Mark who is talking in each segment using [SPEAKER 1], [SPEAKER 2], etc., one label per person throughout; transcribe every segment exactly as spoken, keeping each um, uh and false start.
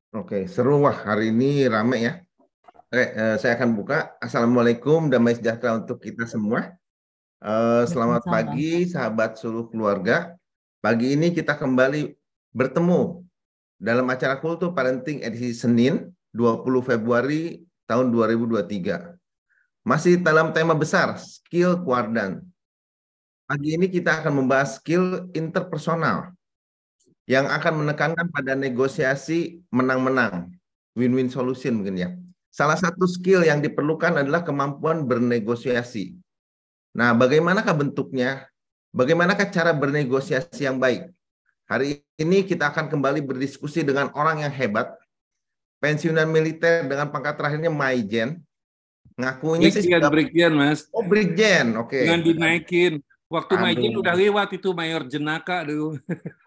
[SPEAKER 1] Oke, seru. Wah, hari ini rame ya. Oke, eh, saya akan buka. Assalamualaikum, damai sejahtera untuk kita semua. Eh, selamat
[SPEAKER 2] Waalaikumsalam.
[SPEAKER 1] pagi, sahabat seluruh keluarga. Pagi ini kita kembali bertemu dalam acara Kultur Parenting edisi Senin, dua puluh Februari tahun dua ribu dua puluh tiga. Masih dalam tema besar, skill kuadran. Pagi ini kita akan membahas skill interpersonal yang akan menekankan pada negosiasi menang-menang, win-win solution mungkin ya. Salah satu skill yang diperlukan adalah kemampuan bernegosiasi. Nah, bagaimanakah bentuknya? Bagaimanakah cara bernegosiasi yang baik? Hari ini kita akan kembali berdiskusi dengan orang yang hebat, pensiunan militer dengan pangkat terakhirnya Maijen. Ngakunya sih
[SPEAKER 2] Brigjen,
[SPEAKER 1] sudah,
[SPEAKER 2] Brigjen, Mas.
[SPEAKER 1] oh Brigjen, oke.
[SPEAKER 2] Jangan dinaikin. Waktu Majen udah
[SPEAKER 1] Aduh,
[SPEAKER 2] lewat itu Mayor Jenaka dulu.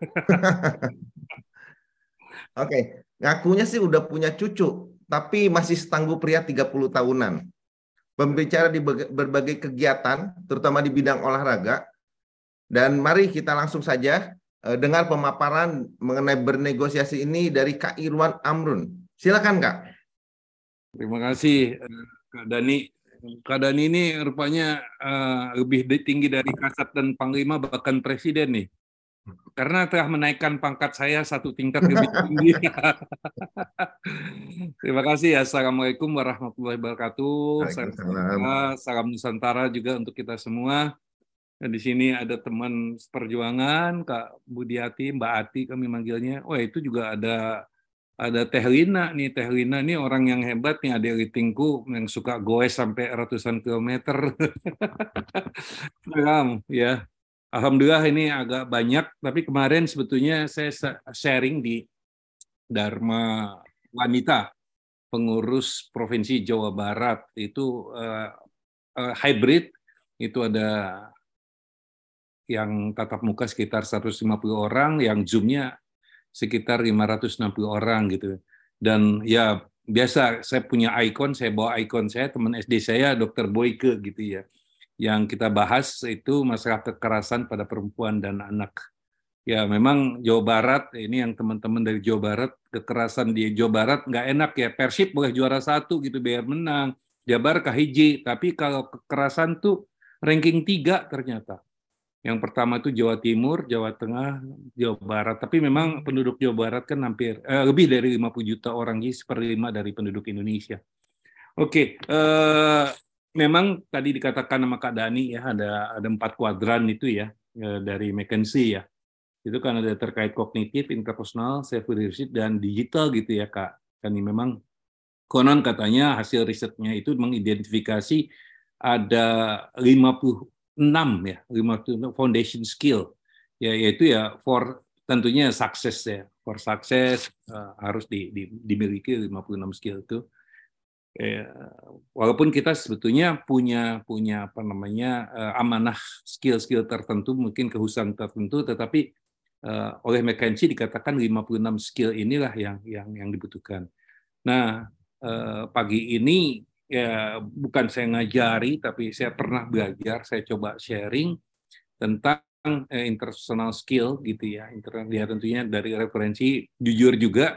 [SPEAKER 1] oke. Ngakunya sih udah punya cucu, tapi masih setangguh pria tiga puluh tahunan. Berbicara di berbagai kegiatan, terutama di bidang olahraga. Dan mari kita langsung saja eh, dengar pemaparan mengenai bernegosiasi ini dari Kak Irwan Amrun. Silakan Kak.
[SPEAKER 2] Terima kasih, eh, Kak Dani. Kak Dani ini rupanya eh, lebih tinggi dari Kasat dan Panglima, bahkan Presiden nih. Karena telah menaikkan pangkat saya satu tingkat lebih tinggi. Terima kasih. Assalamualaikum warahmatullahi wabarakatuh. Salam
[SPEAKER 1] Waalaikumsalam.
[SPEAKER 2] sejahtera, salam Nusantara juga untuk kita semua. Dan di sini ada teman seperjuangan, Kak Budiati, Mbak Ati kami manggilnya. Wah, itu juga ada ada Teh Lina nih. Teh Lina nih orang yang hebat nih, adik litingku yang suka goes sampai ratusan kilometer. Salam, ya. Alhamdulillah ini agak banyak, tapi kemarin sebetulnya saya sharing di Dharma Wanita, pengurus Provinsi Jawa Barat. Itu uh, uh, hybrid, itu ada yang tatap muka sekitar seratus lima puluh orang, yang Zoom-nya sekitar lima ratus enam puluh orang gitu. Dan ya biasa saya punya ikon, saya bawa ikon saya, teman S D saya Dokter Boyke gitu ya. Yang kita bahas itu masalah kekerasan pada perempuan dan anak. Ya memang Jawa Barat, ini yang teman-teman dari Jawa Barat, kekerasan di Jawa Barat nggak enak ya. Persib boleh juara satu gitu biar menang. Jabar kahiji, tapi kalau kekerasan tuh ranking tiga ternyata. Yang pertama itu Jawa Timur, Jawa Tengah, Jawa Barat. Tapi memang penduduk Jawa Barat kan hampir eh, lebih dari lima puluh juta orang, jadi seperlima dari penduduk Indonesia. Oke, eh, memang tadi dikatakan sama Kak Dani ya ada ada empat kuadran itu ya eh, dari McKinsey ya. Itu kan ada terkait kognitif, interpersonal, self leadership dan digital gitu ya Kak. Kan ini memang konon katanya hasil risetnya itu mengidentifikasi ada lima puluh enam ya, lima puluh enam foundation skill. Ya yaitu ya for tentunya sukses ya. For sukses uh, harus di, di, dimiliki lima puluh enam skill itu. Eh, walaupun kita sebetulnya punya punya apa namanya uh, amanah skill-skill tertentu, mungkin kehususan tertentu, tetapi uh, oleh McKinsey dikatakan lima puluh enam skill inilah yang yang yang dibutuhkan. Nah, eh, pagi ini ya bukan saya ngajari, tapi saya pernah belajar, saya coba sharing tentang eh, interpersonal skill gitu ya. Inter ya tentunya dari referensi, jujur juga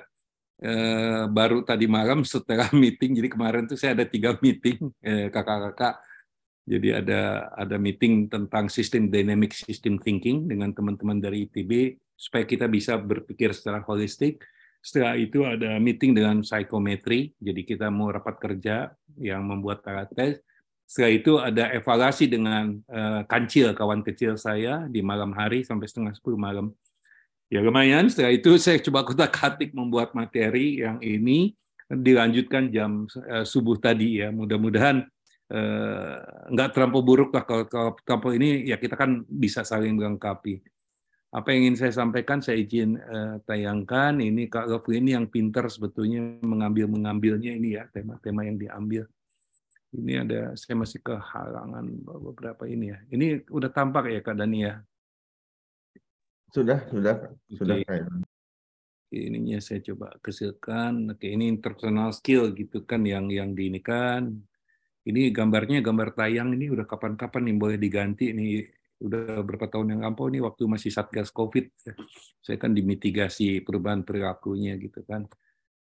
[SPEAKER 2] eh, baru tadi malam setelah meeting, jadi kemarin tuh saya ada tiga meeting eh, kakak-kakak. Jadi ada ada meeting tentang sistem dynamic system thinking dengan teman-teman dari I T B supaya kita bisa berpikir secara holistik. Setelah itu ada meeting dengan psikometri, jadi kita mau rapat kerja yang membuat alat tes. Setelah itu ada evaluasi dengan uh, kancil, kawan kecil saya di malam hari sampai setengah sepuluh malam. Ya lumayan, setelah itu saya coba kutak-atik membuat materi yang ini dilanjutkan jam uh, subuh tadi ya. Mudah-mudahan uh, nggak terlampau buruk lah kalau, kalau terlampau ini ya kita kan bisa saling melengkapi. Apa yang ingin saya sampaikan saya izin uh, tayangkan ini Kak Lofri ini yang pinter sebetulnya mengambil mengambilnya ini ya tema-tema yang diambil. Ini ada saya masih kehalangan beberapa ini ya. Ini udah tampak ya Kak Dani ya.
[SPEAKER 1] Sudah, sudah, sudah
[SPEAKER 2] Oke.
[SPEAKER 1] Kak.
[SPEAKER 2] Ininya saya coba kecilkan. Oke, ini interpersonal skill gitu kan yang yang diini kan. Ini gambarnya gambar tayang ini udah kapan-kapan nih boleh diganti ini udah berapa tahun yang lampau nih waktu masih Satgas Covid. Saya kan dimitigasi perubahan perilakunya gitu kan.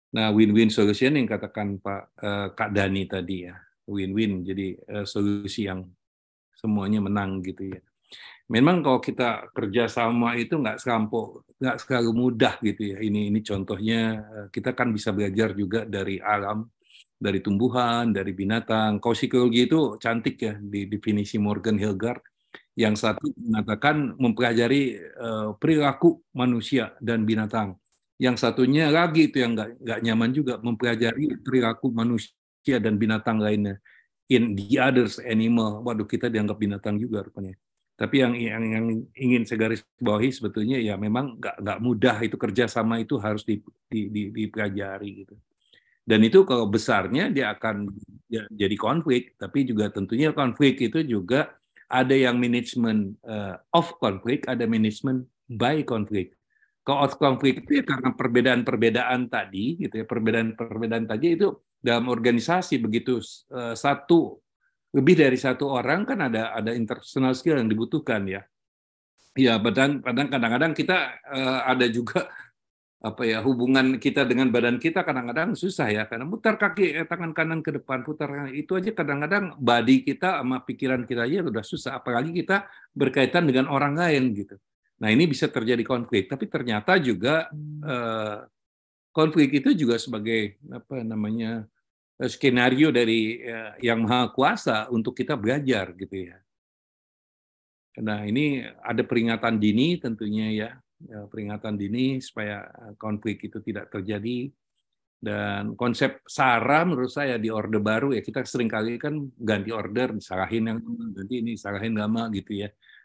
[SPEAKER 2] Nah, win-win solution yang katakan Pak uh, Kak Dani tadi ya, win-win. Jadi uh, solusi yang semuanya menang gitu ya. Memang kalau kita kerjasama itu nggak selampau, nggak selalu mudah gitu ya. Ini ini contohnya kita kan bisa belajar juga dari alam, dari tumbuhan, dari binatang. Kalau psikologi itu cantik ya di definisi Morgan Hillgard. Yang satu mengatakan mempelajari uh, perilaku manusia dan binatang. Yang satunya lagi itu yang nggak nggak nyaman juga, mempelajari perilaku manusia dan binatang lainnya. In the others animal, waduh kita dianggap binatang juga rupanya. Tapi yang, yang yang ingin saya garis bawahi sebetulnya ya memang nggak nggak mudah, itu kerjasama itu harus di, di, di, dipelajari gitu. Dan itu kalau besarnya dia akan ya, jadi konflik, tapi juga tentunya konflik itu juga ada yang manajemen uh, of konflik, ada manajemen by konflik. Kalau of konflik itu ya karena perbedaan-perbedaan tadi, gitu ya, perbedaan-perbedaan tadi itu dalam organisasi begitu uh, satu lebih dari satu orang kan ada ada interpersonal skill yang dibutuhkan ya. Ya, badan kadang kadang-kadang kita uh, ada juga apa ya hubungan kita dengan badan kita kadang-kadang susah ya karena putar kaki eh, tangan kanan ke depan putar itu aja kadang-kadang body kita sama pikiran kita aja udah susah apalagi kita berkaitan dengan orang lain gitu. Nah ini bisa terjadi konflik tapi ternyata juga eh, konflik itu juga sebagai apa namanya skenario dari eh, yang maha kuasa untuk kita belajar gitu ya. Nah ini ada peringatan dini tentunya ya. Ya, peringatan dini supaya konflik itu tidak terjadi dan konsep SARA menurut saya di orde baru ya kita sering kali kan ganti order disalahin yang ganti ini disalahin lama gitu ya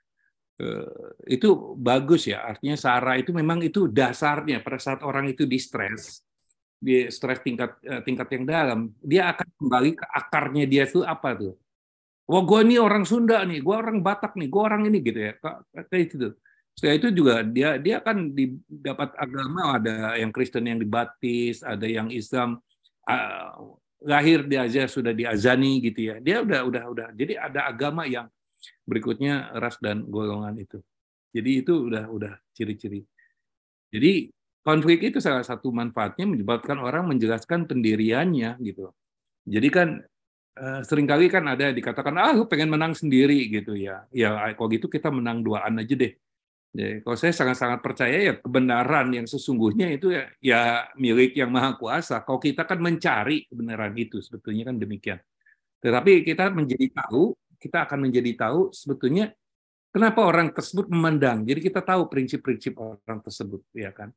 [SPEAKER 2] itu bagus ya artinya SARA itu memang itu dasarnya pada saat orang itu di stres di stres tingkat tingkat yang dalam dia akan kembali ke akarnya dia itu apa tuh wah gue ini orang Sunda nih gue orang Batak nih gue orang ini gitu ya kayak gitu. Setelah itu juga dia dia kan dapat agama ada yang Kristen yang dibaptis, ada yang Islam uh, lahir dia aja sudah diazani gitu ya. Dia udah udah udah. Jadi ada agama yang berikutnya ras dan golongan itu. Jadi itu udah udah ciri-ciri. Jadi konflik itu salah satu manfaatnya menyebabkan orang menjelaskan pendiriannya gitu. Jadi kan uh, seringkali kan ada dikatakan ah lu pengen menang sendiri gitu ya. Ya kalau gitu kita menang duaan aja deh. Ya, kalau saya sangat-sangat percaya ya kebenaran yang sesungguhnya itu ya, ya milik yang maha kuasa. Kalau kita kan mencari kebenaran itu sebetulnya kan demikian. Tetapi kita menjadi tahu, kita akan menjadi tahu sebetulnya kenapa orang tersebut memandang. Jadi kita tahu prinsip-prinsip orang tersebut, ya kan.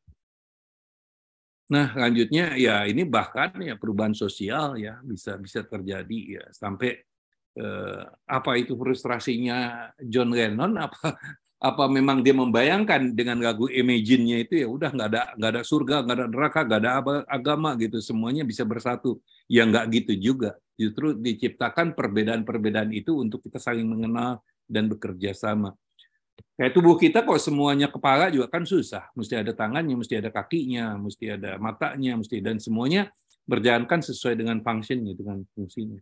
[SPEAKER 2] Nah, lanjutnya ya ini bahkan ya perubahan sosial ya bisa bisa terjadi ya sampai eh, apa itu frustrasinya John Lennon apa apa memang dia membayangkan dengan lagu Imagine-nya itu ya udah nggak ada nggak ada surga nggak ada neraka nggak ada agama gitu semuanya bisa bersatu ya nggak gitu juga justru diciptakan perbedaan-perbedaan itu untuk kita saling mengenal dan bekerja sama kayak tubuh kita kok semuanya kepala juga kan susah mesti ada tangannya mesti ada kakinya mesti ada matanya mesti dan semuanya berjalankan sesuai dengan function-nya dengan fungsinya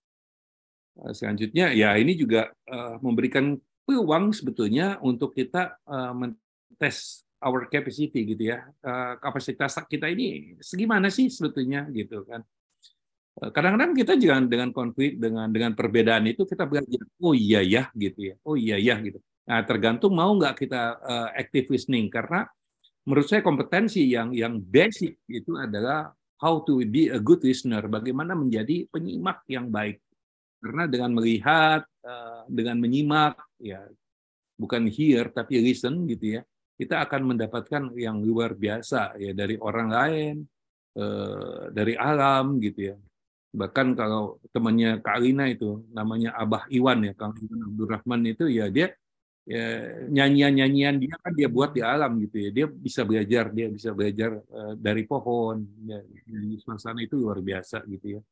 [SPEAKER 2] selanjutnya ya ini juga uh, memberikan peluang sebetulnya untuk kita uh, mentes our capacity gitu ya uh, kapasitas kita ini segimana sih sebetulnya gitu kan kadang-kadang kita jangan dengan konflik dengan dengan perbedaan itu kita belajar oh iya ya gitu ya oh iya ya gitu nah tergantung mau nggak kita uh, active listening karena menurut saya kompetensi yang yang basic itu adalah how to be a good listener bagaimana menjadi penyimak yang baik karena dengan melihat dengan menyimak ya bukan hear tapi listen gitu ya kita akan mendapatkan yang luar biasa ya dari orang lain dari alam gitu ya bahkan kalau temannya Kak Alina itu namanya Abah Iwan ya Kang Iwan Abdurrahman itu ya dia ya, nyanyian-nyanyian dia kan dia buat di alam gitu ya dia bisa belajar dia bisa belajar uh, dari pohon ya, di suasana itu luar biasa gitu ya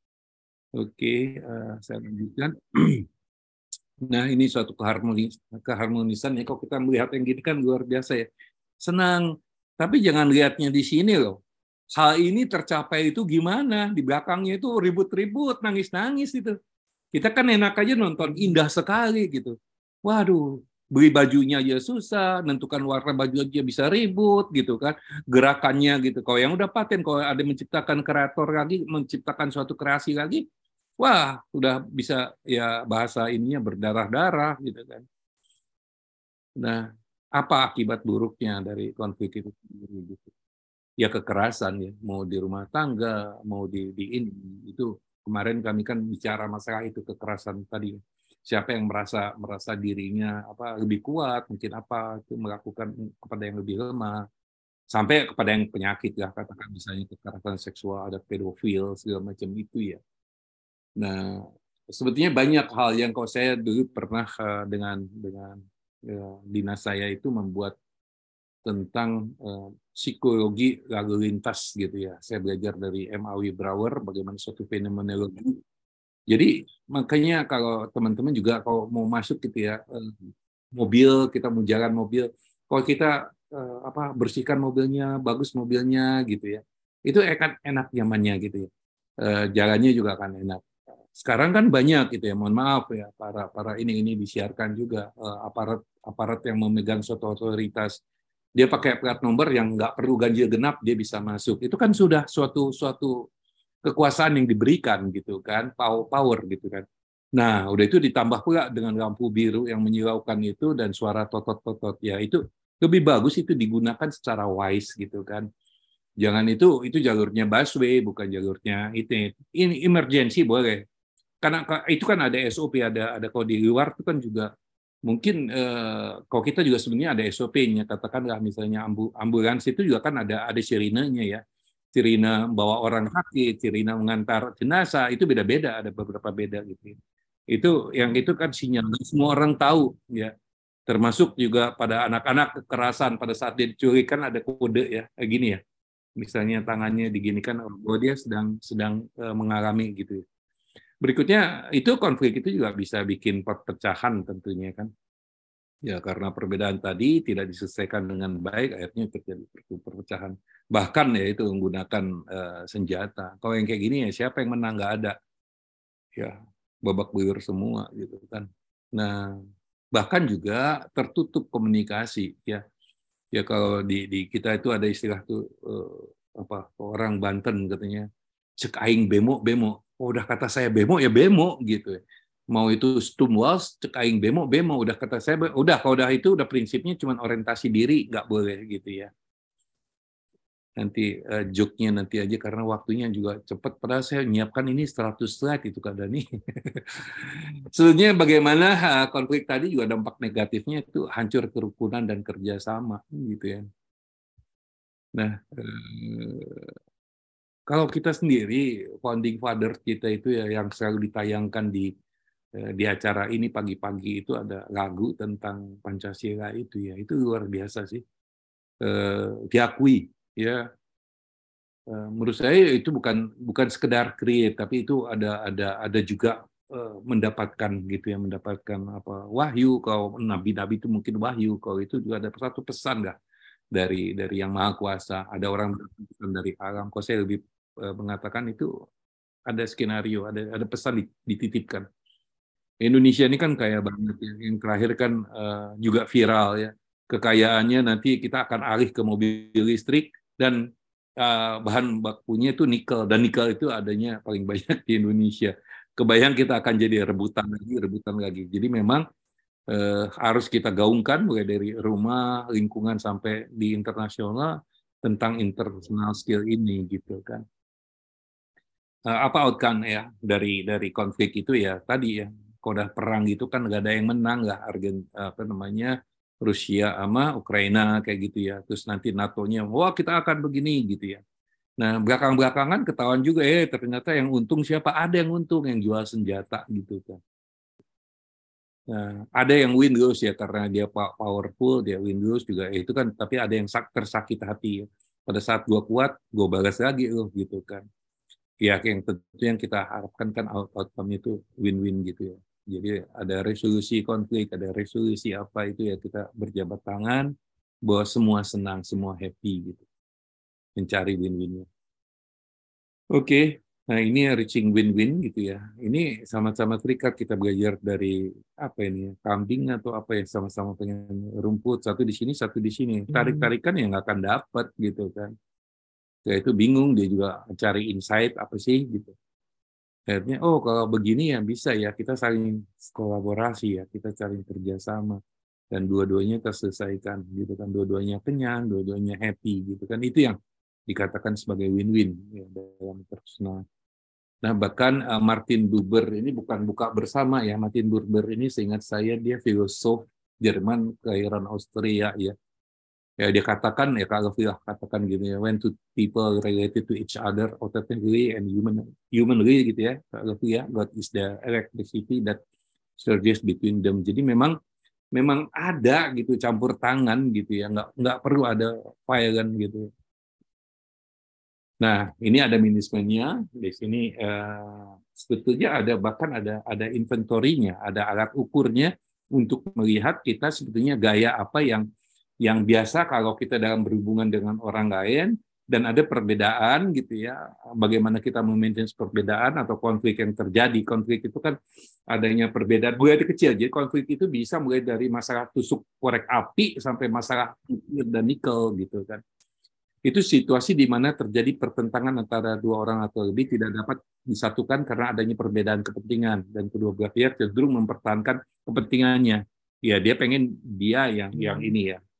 [SPEAKER 2] oke uh, saya lanjutkan nah ini suatu keharmonis keharmonisan ya kalau kita melihat yang gini kan luar biasa ya senang tapi jangan lihatnya di sini loh hal ini tercapai itu gimana di belakangnya itu ribut-ribut nangis-nangis itu kita kan enak aja nonton indah sekali gitu waduh beli bajunya aja susah, nentukan warna baju aja bisa ribut gitu kan, gerakannya gitu. Kalau yang udah paten, kalau ada menciptakan kreator lagi, menciptakan suatu kreasi lagi, wah udah bisa ya bahasa ininya berdarah-darah gitu kan. Nah, apa akibat buruknya dari konflik itu sendiri gitu? Ya kekerasan ya, mau di rumah tangga, mau di, di ini, itu kemarin kami kan bicara masalah itu kekerasan tadi. Siapa yang merasa merasa dirinya apa lebih kuat, mungkin apa itu melakukan kepada yang lebih lemah, sampai kepada yang penyakit ya, katakan misalnya kekerasan seksual, ada pedofil segala macam itu ya. Nah, sebetulnya banyak hal yang kalau saya dulu pernah uh, dengan dengan ya, dinas saya itu membuat tentang uh, psikologi lalu lintas gitu ya. Saya belajar dari M. Awi Brouwer bagaimana suatu fenomenologi. Jadi makanya kalau teman-teman juga kalau mau masuk gitu ya uh, mobil, kita mau jalan mobil, kalau kita uh, apa bersihkan mobilnya, bagus mobilnya gitu ya, itu akan enak nyamannya gitu ya. Uh, jalannya juga akan enak. Sekarang kan banyak gitu ya, mohon maaf ya para para ini ini disiarkan juga uh, aparat aparat yang memegang suatu otoritas, dia pakai plat nomor yang nggak perlu ganjil genap dia bisa masuk. Itu kan sudah suatu suatu kekuasaan yang diberikan gitu kan, power power gitu kan. Nah, udah itu ditambah pula dengan lampu biru yang menyilaukan itu dan suara totot-totot ya itu lebih bagus itu digunakan secara wise gitu kan. Jangan itu itu jalurnya busway bukan jalurnya itu. Ini emergency boleh. Karena itu kan ada S O P, ada ada kalau di luar itu kan juga mungkin eh, kalau kita juga sebenarnya ada S O P-nya, katakanlah misalnya ambu, ambulans itu juga kan ada ada sirinenya ya, sirine bawa orang sakit, sirine mengantar jenazah itu beda-beda, ada beberapa beda gitu. Itu yang itu kan sinyal semua orang tahu ya, termasuk juga pada anak-anak kekerasan pada saat dia diculik kan ada kode ya, kayak gini ya, misalnya tangannya diginikan bahwa dia sedang sedang uh, mengalami gitu. Berikutnya itu konflik itu juga bisa bikin perpecahan tentunya kan. Ya karena perbedaan tadi tidak diselesaikan dengan baik akhirnya terjadi perpecahan. Bahkan ya itu menggunakan uh, senjata. Kalau yang kayak gini ya siapa yang menang nggak ada. Ya babak belur semua gitu kan. Nah, bahkan juga tertutup komunikasi ya. Ya kalau di di kita itu ada istilah tuh uh, apa orang Banten katanya cek aing bemo bemo. Oh, udah kata saya bemo ya bemo gitu. Mau itu stumwals cek aing bemo bemo udah kata saya udah kalau udah itu udah prinsipnya cuma orientasi diri nggak boleh gitu ya. Nanti uh, joke-nya nanti aja karena waktunya juga cepat padahal saya menyiapkan ini seratus slide itu Kak Dani. Sebenarnya bagaimana uh, konflik tadi juga dampak negatifnya itu hancur kerukunan dan kerjasama gitu ya. Nah, uh, kalau kita sendiri, founding father kita itu ya yang selalu ditayangkan di di acara ini pagi-pagi itu ada lagu tentang Pancasila itu ya, itu luar biasa sih. Eh, diakui ya. Eh, menurut saya itu bukan bukan sekedar create, tapi itu ada ada ada juga eh, mendapatkan gitu ya, mendapatkan apa wahyu. Kalau nabi-nabi itu mungkin wahyu, kalau itu juga ada satu pesan nggak dari dari yang maha kuasa. Ada orang pesan dari alam. Kalau saya lebih mengatakan itu ada skenario, ada ada pesan dititipkan. Indonesia ini kan kaya banget ya. Yang terakhir kan uh, juga viral ya. Kekayaannya nanti kita akan alih ke mobil listrik dan uh, bahan bakunya itu nikel dan nikel itu adanya paling banyak di Indonesia. Kebayang kita akan jadi rebutan lagi, rebutan lagi. Jadi memang uh, harus kita gaungkan mulai dari rumah, lingkungan sampai di internasional tentang international skill ini gitu kan. Apa outcome ya dari dari konflik itu ya tadi ya kalau udah perang gitu kan nggak ada yang menang lah Argen apa namanya Rusia sama Ukraina kayak gitu ya terus nanti NATO-nya wah kita akan begini gitu ya. Nah belakang-belakangan ketahuan juga eh ternyata yang untung siapa ada yang untung yang jual senjata gitu kan. Nah, ada yang win lose ya karena dia powerful dia win lose juga itu kan tapi ada yang tersakit hati ya. Pada saat gua kuat gua balas lagi loh gitu kan. Ya, yang tentu yang kita harapkan kan outcome itu win-win gitu ya. Jadi ada resolusi konflik, ada resolusi apa itu ya kita berjabat tangan bahwa semua senang, semua happy gitu. Mencari win-winnya. Oke, Nah, ini reaching win-win gitu ya. Ini sama-sama terikat, kita belajar dari apa ini ya, kambing atau apa ya, sama-sama pengen rumput, satu di sini, satu di sini. Tarik-tarikan ya nggak akan dapat gitu kan. Ya itu bingung, dia juga cari insight apa sih gitu. Akhirnya, oh kalau begini ya bisa ya, kita saling kolaborasi ya, kita saling kerjasama. Dan dua-duanya terselesaikan gitu kan, dua-duanya kenyang, dua-duanya happy gitu kan. Itu yang dikatakan sebagai win-win ya, dalam personal. Nah, bahkan uh, Martin Buber ini bukan buka bersama ya. Martin Buber ini seingat saya dia filosof Jerman kelahiran Austria ya. Ya dia katakan ya kalau dia katakan gini ya, when two people related to each other authentically and human humanly gitu ya. Kalau ya God is the electricity that surges between them. Jadi memang memang ada gitu campur tangan gitu ya. Nggak nggak perlu ada violence gitu. Nah, ini ada manajemennya. Di sini eh, sebetulnya ada bahkan ada ada inventorinya, ada alat ukurnya untuk melihat kita sebetulnya gaya apa yang yang biasa kalau kita dalam berhubungan dengan orang lain dan ada perbedaan gitu ya. Bagaimana kita memaintain perbedaan atau konflik yang terjadi. Konflik itu kan adanya perbedaan mulai dari kecil. Jadi konflik itu bisa mulai dari masalah tusuk korek api sampai masalah nuklir dan nikel gitu kan. Itu situasi di mana terjadi pertentangan antara dua orang atau lebih tidak dapat disatukan karena adanya perbedaan kepentingan dan kedua belah pihak cenderung mempertahankan kepentingannya. Ya, dia pengen dia yang yang ini ya.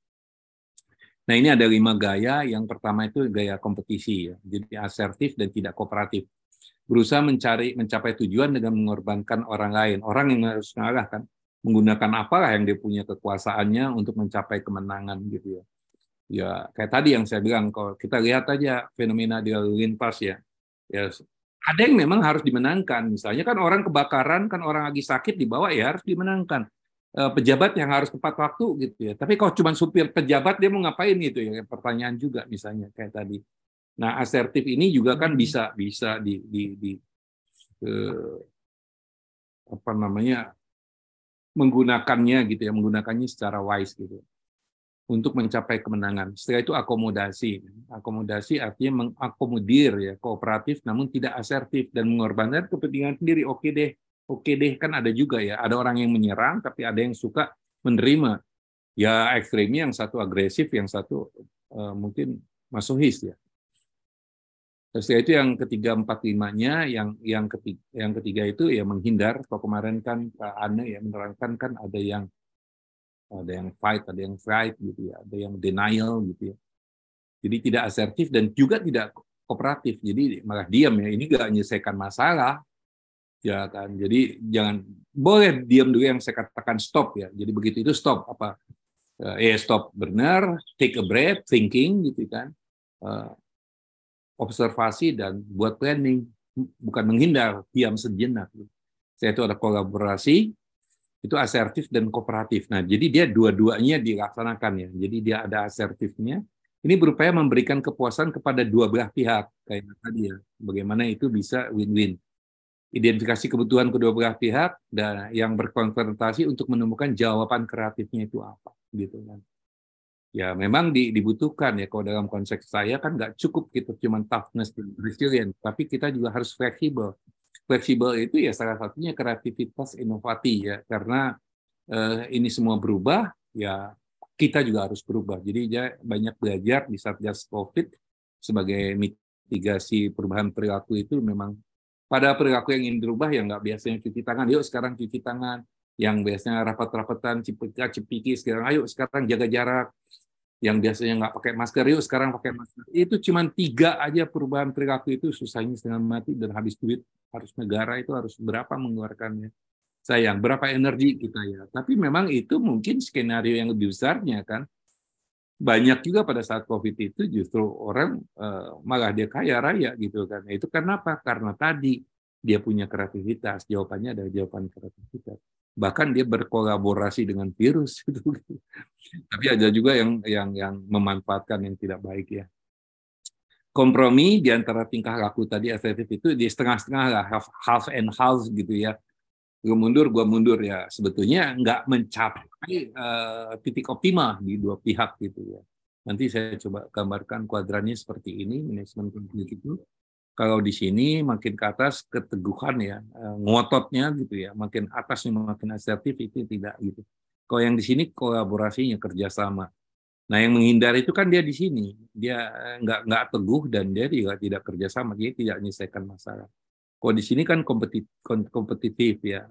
[SPEAKER 2] Nah, ini ada lima gaya. Yang pertama itu gaya kompetisi ya. Jadi asertif dan tidak kooperatif. Berusaha mencari mencapai tujuan dengan mengorbankan orang lain. Orang yang harus ngalah kan, menggunakan apalah yang dia punya kekuasaannya untuk mencapai kemenangan gitu ya. Ya kayak tadi yang saya bilang, kalau kita lihat aja fenomena di lalu lintas ya, ya ada yang memang harus dimenangkan. Misalnya kan orang kebakaran, kan orang lagi sakit dibawa ya harus dimenangkan. Eh, pejabat yang harus tepat waktu gitu ya. Tapi kalau cuma supir pejabat dia mau ngapain gitu ya? Pertanyaan juga misalnya kayak tadi. Nah asertif ini juga kan bisa bisa di, di, di eh, apa namanya menggunakannya gitu ya, menggunakannya secara wise gitu untuk mencapai kemenangan. Setelah itu akomodasi. Akomodasi artinya mengakomodir ya, kooperatif namun tidak asertif dan mengorbankan kepentingan sendiri. Oke deh, oke deh kan ada juga ya. Ada orang yang menyerang tapi ada yang suka menerima. Ya ekstrimnya yang satu agresif, yang satu uh, mungkin masohis ya. Setelah itu yang ketiga empat limanya, yang yang ketiga, yang ketiga itu ya menghindar. Kalau kemarin kan Pak Ane ya menerangkan kan ada yang ada yang fight, ada yang flight gitu ya, ada yang denial gitu ya. Jadi tidak asertif dan juga tidak kooperatif. Jadi malah diam ya. Ini nggak menyelesaikan masalah, ya kan. Jadi jangan boleh diam dulu yang saya katakan stop ya. Jadi begitu itu stop apa? Eh stop benar, take a breath, thinking gitu kan, uh, observasi dan buat planning, bukan menghindar, diam sejenak. Saya itu ada kolaborasi. Itu asertif dan kooperatif. Nah, jadi dia dua-duanya dilaksanakan ya. Jadi dia ada asertifnya. Ini berupaya memberikan kepuasan kepada dua belah pihak kayak tadi ya. Bagaimana itu bisa win-win. Identifikasi kebutuhan kedua belah pihak dan yang berkonfrontasi untuk menemukan jawaban kreatifnya itu apa gitu kan. Ya memang dibutuhkan ya kalau dalam konteks saya kan nggak cukup kita cuma toughness dan resilient, tapi kita juga harus fleksibel. Fleksibel itu ya salah satunya kreativitas inovatif ya, karena eh, ini semua berubah ya kita juga harus berubah. Jadi dia banyak belajar di Satgas COVID sebagai mitigasi perubahan perilaku itu memang pada perilaku yang ingin berubah ya nggak biasanya cuci tangan, yuk sekarang cuci tangan. Yang biasanya rapat-rapatan cipika cipiki sekarang ayo sekarang jaga jarak. Yang biasanya nggak pakai masker, yuk sekarang pakai masker. Itu cuma tiga aja perubahan perilaku itu susahnya setengah mati dan habis duit. Harus negara itu harus berapa mengeluarkannya. Sayang, berapa energi kita ya. Tapi memang itu mungkin skenario yang lebih besarnya kan. Banyak juga pada saat COVID itu justru orang uh, malah dia kaya raya gitu kan. Itu karena apa? Karena tadi dia punya kreativitas. Jawabannya adalah jawaban kreativitas. Bahkan dia berkolaborasi dengan virus gitu. Tapi ada juga yang yang yang memanfaatkan yang tidak baik ya. Kompromi di antara tingkah laku tadi asertif itu di setengah-setengah lah, half, half and half gitu ya. Gue mundur, gue mundur ya. Sebetulnya nggak mencapai uh, titik optimal di dua pihak gitu ya. Nanti saya coba gambarkan kuadrannya seperti ini, manajemen konflik itu. Kalau di sini makin ke atas keteguhan ya, ngototnya gitu ya, makin atasnya makin asertif itu tidak gitu. Kalau yang di sini kolaborasinya kerjasama. Nah yang menghindar itu kan dia di sini, dia nggak nggak teguh dan dia juga tidak kerjasama, dia tidak menyelesaikan masalah. Kalau di sini kan kompetitif, kompetitif ya,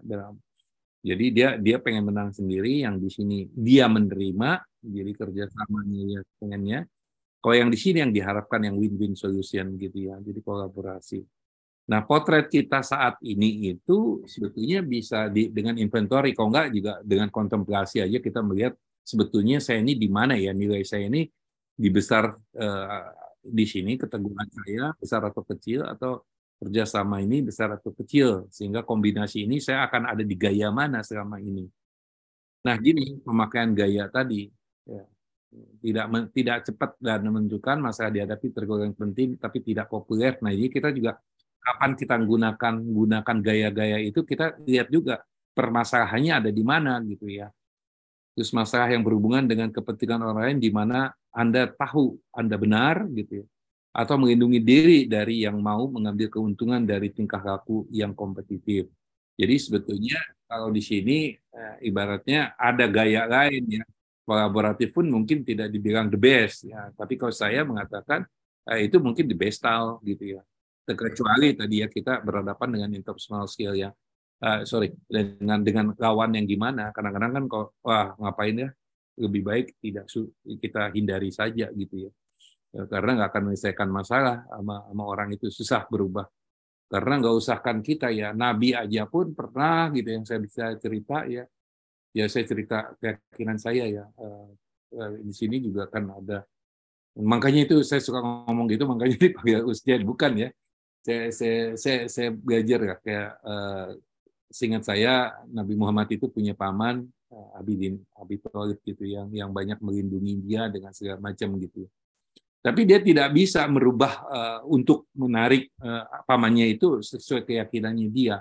[SPEAKER 2] jadi dia dia pengen menang sendiri, yang di sini dia menerima, jadi kerjasamanya ya pengennya. Kalau yang di sini yang diharapkan yang win-win solution gitu ya, jadi kolaborasi. Nah, potret kita saat ini itu sebetulnya bisa di, dengan inventory, kalau enggak juga dengan kontemplasi aja kita melihat sebetulnya saya ini di mana ya, nilai saya ini di besar eh, di sini keteguhan saya besar atau kecil, atau kerjasama ini besar atau kecil, sehingga kombinasi ini saya akan ada di gaya mana selama ini. Nah, gini pemakaian gaya tadi ya, tidak tidak cepat dan menentukan, masalah dihadapi tergolong penting tapi tidak populer. Nah, jadi kita juga kapan kita gunakan gunakan gaya-gaya itu, kita lihat juga permasalahannya ada di mana gitu ya. Terus masalah yang berhubungan dengan kepentingan orang lain di mana Anda tahu Anda benar gitu ya, atau melindungi diri dari yang mau mengambil keuntungan dari tingkah laku yang kompetitif. Jadi sebetulnya kalau di sini eh, ibaratnya ada gaya lain ya. Kolaboratif pun mungkin tidak dibilang the best ya, tapi kalau saya mengatakan eh, itu mungkin the best style gitu ya. Terkecuali tadi ya kita berhadapan dengan interpersonal skill ya. Uh, sorry, dengan dengan lawan yang gimana, kadang-kadang kan kok wah ngapain ya, lebih baik tidak kita hindari saja gitu ya, ya karena nggak akan menyelesaikan masalah, sama, sama orang itu susah berubah, karena nggak usahkan kita ya, Nabi aja pun pernah gitu yang saya bisa cerita ya, ya saya cerita keyakinan saya ya, uh, uh, di sini juga kan ada, makanya itu saya suka ngomong gitu, makanya dipanggil Ustaz, bukan ya, saya saya saya, saya belajar ya kayak uh, seingat saya Nabi Muhammad itu punya paman Abi bin Abi Thalib gitu yang yang banyak melindungi dia dengan segala macam gitu. Tapi dia tidak bisa merubah uh, untuk menarik uh, pamannya itu sesuai keyakinannya dia.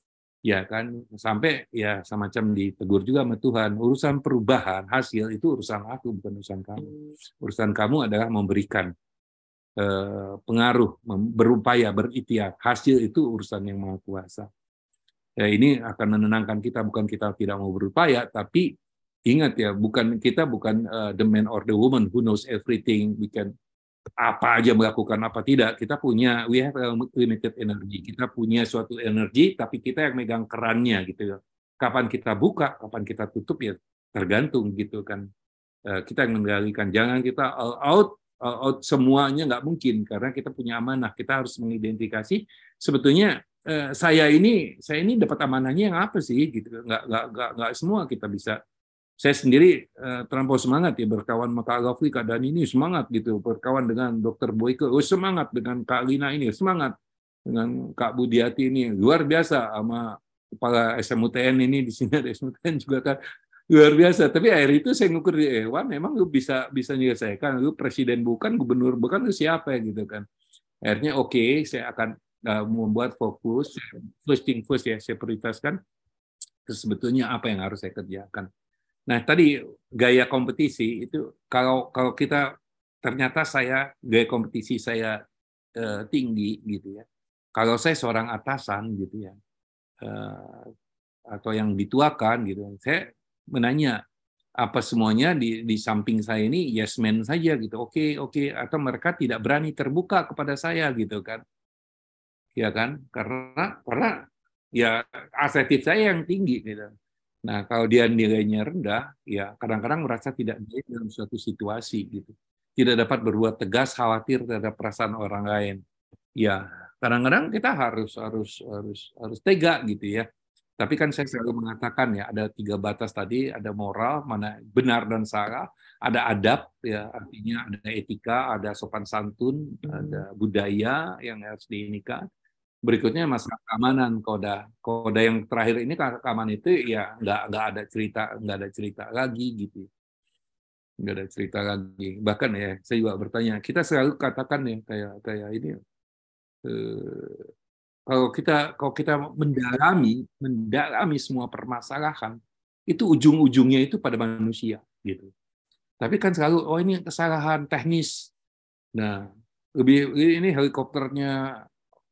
[SPEAKER 2] Ya kan, sampai ya semacam ditegur juga sama Tuhan, urusan perubahan hasil itu urusan aku, bukan urusan kamu. Urusan kamu adalah memberikan uh, pengaruh, berupaya, berikhtiar. Hasil itu urusan yang Maha Kuasa. Ya, ini akan menenangkan kita, bukan kita tidak mau berupaya, tapi ingat ya, bukan kita bukan uh, the man or the woman who knows everything, we can apa aja melakukan apa tidak. Kita punya, we have a limited energy, kita punya suatu energi, tapi kita yang megang kerannya gitu ya. Kapan kita buka, kapan kita tutup ya tergantung gitu kan. Uh, kita yang mengendalikan, jangan kita all out, all out semuanya nggak mungkin, karena kita punya amanah, kita harus mengidentifikasi sebetulnya Uh, saya ini saya ini dapat amanahnya yang apa sih gitu, nggak nggak nggak nggak semua kita bisa. Saya sendiri uh, terlampau semangat ya berkawan sama Kak Gafri, Kak Dani ini semangat gitu, berkawan dengan Dokter Boyke, oh semangat, dengan Kak Lina ini semangat, dengan Kak Budiati ini luar biasa, sama kepala S M U T N ini di sini ada S M U T N juga kan luar biasa. Tapi akhir itu saya ngukur di Ewan, memang lu bisa bisa menyelesaikan, lu presiden bukan, gubernur bukan, lu siapa ya gitu kan. Akhirnya oke, okay, saya akan uh, membuat fokus, first thing first ya, saya prioritaskan sebetulnya apa yang harus saya kerjakan. Nah tadi gaya kompetisi itu, kalau kalau kita ternyata saya gaya kompetisi saya uh, tinggi gitu ya. Kalau saya seorang atasan gitu ya, uh, atau yang dituakan gitu, saya menanya apa semuanya di di samping saya ini yes man saja gitu, oke okay, oke okay. Atau mereka tidak berani terbuka kepada saya gitu kan, ya kan, karena karena ya asertif saya yang tinggi gitu. Nah kalau dia nilainya rendah, ya kadang-kadang merasa tidak baik dalam suatu situasi gitu, tidak dapat berbuat tegas, khawatir terhadap perasaan orang lain. Ya kadang-kadang kita harus harus harus harus tega gitu ya. Tapi kan saya selalu mengatakan ya, ada tiga batas tadi, ada moral, mana benar dan salah, ada adab, ya artinya ada etika, ada sopan santun, ada budaya yang harus diinikan. Berikutnya masalah keamanan, koda. Koda yang terakhir ini keamanan itu ya nggak nggak ada cerita nggak ada cerita lagi gitu, nggak ada cerita lagi. Bahkan ya saya juga bertanya, kita selalu katakan ya kayak kayak ini. Eh, Kalau kita kalau kita mendalami mendalami semua permasalahan, itu ujung-ujungnya itu pada manusia gitu. Tapi kan selalu oh ini kesalahan teknis. Nah, lebih ini helikopternya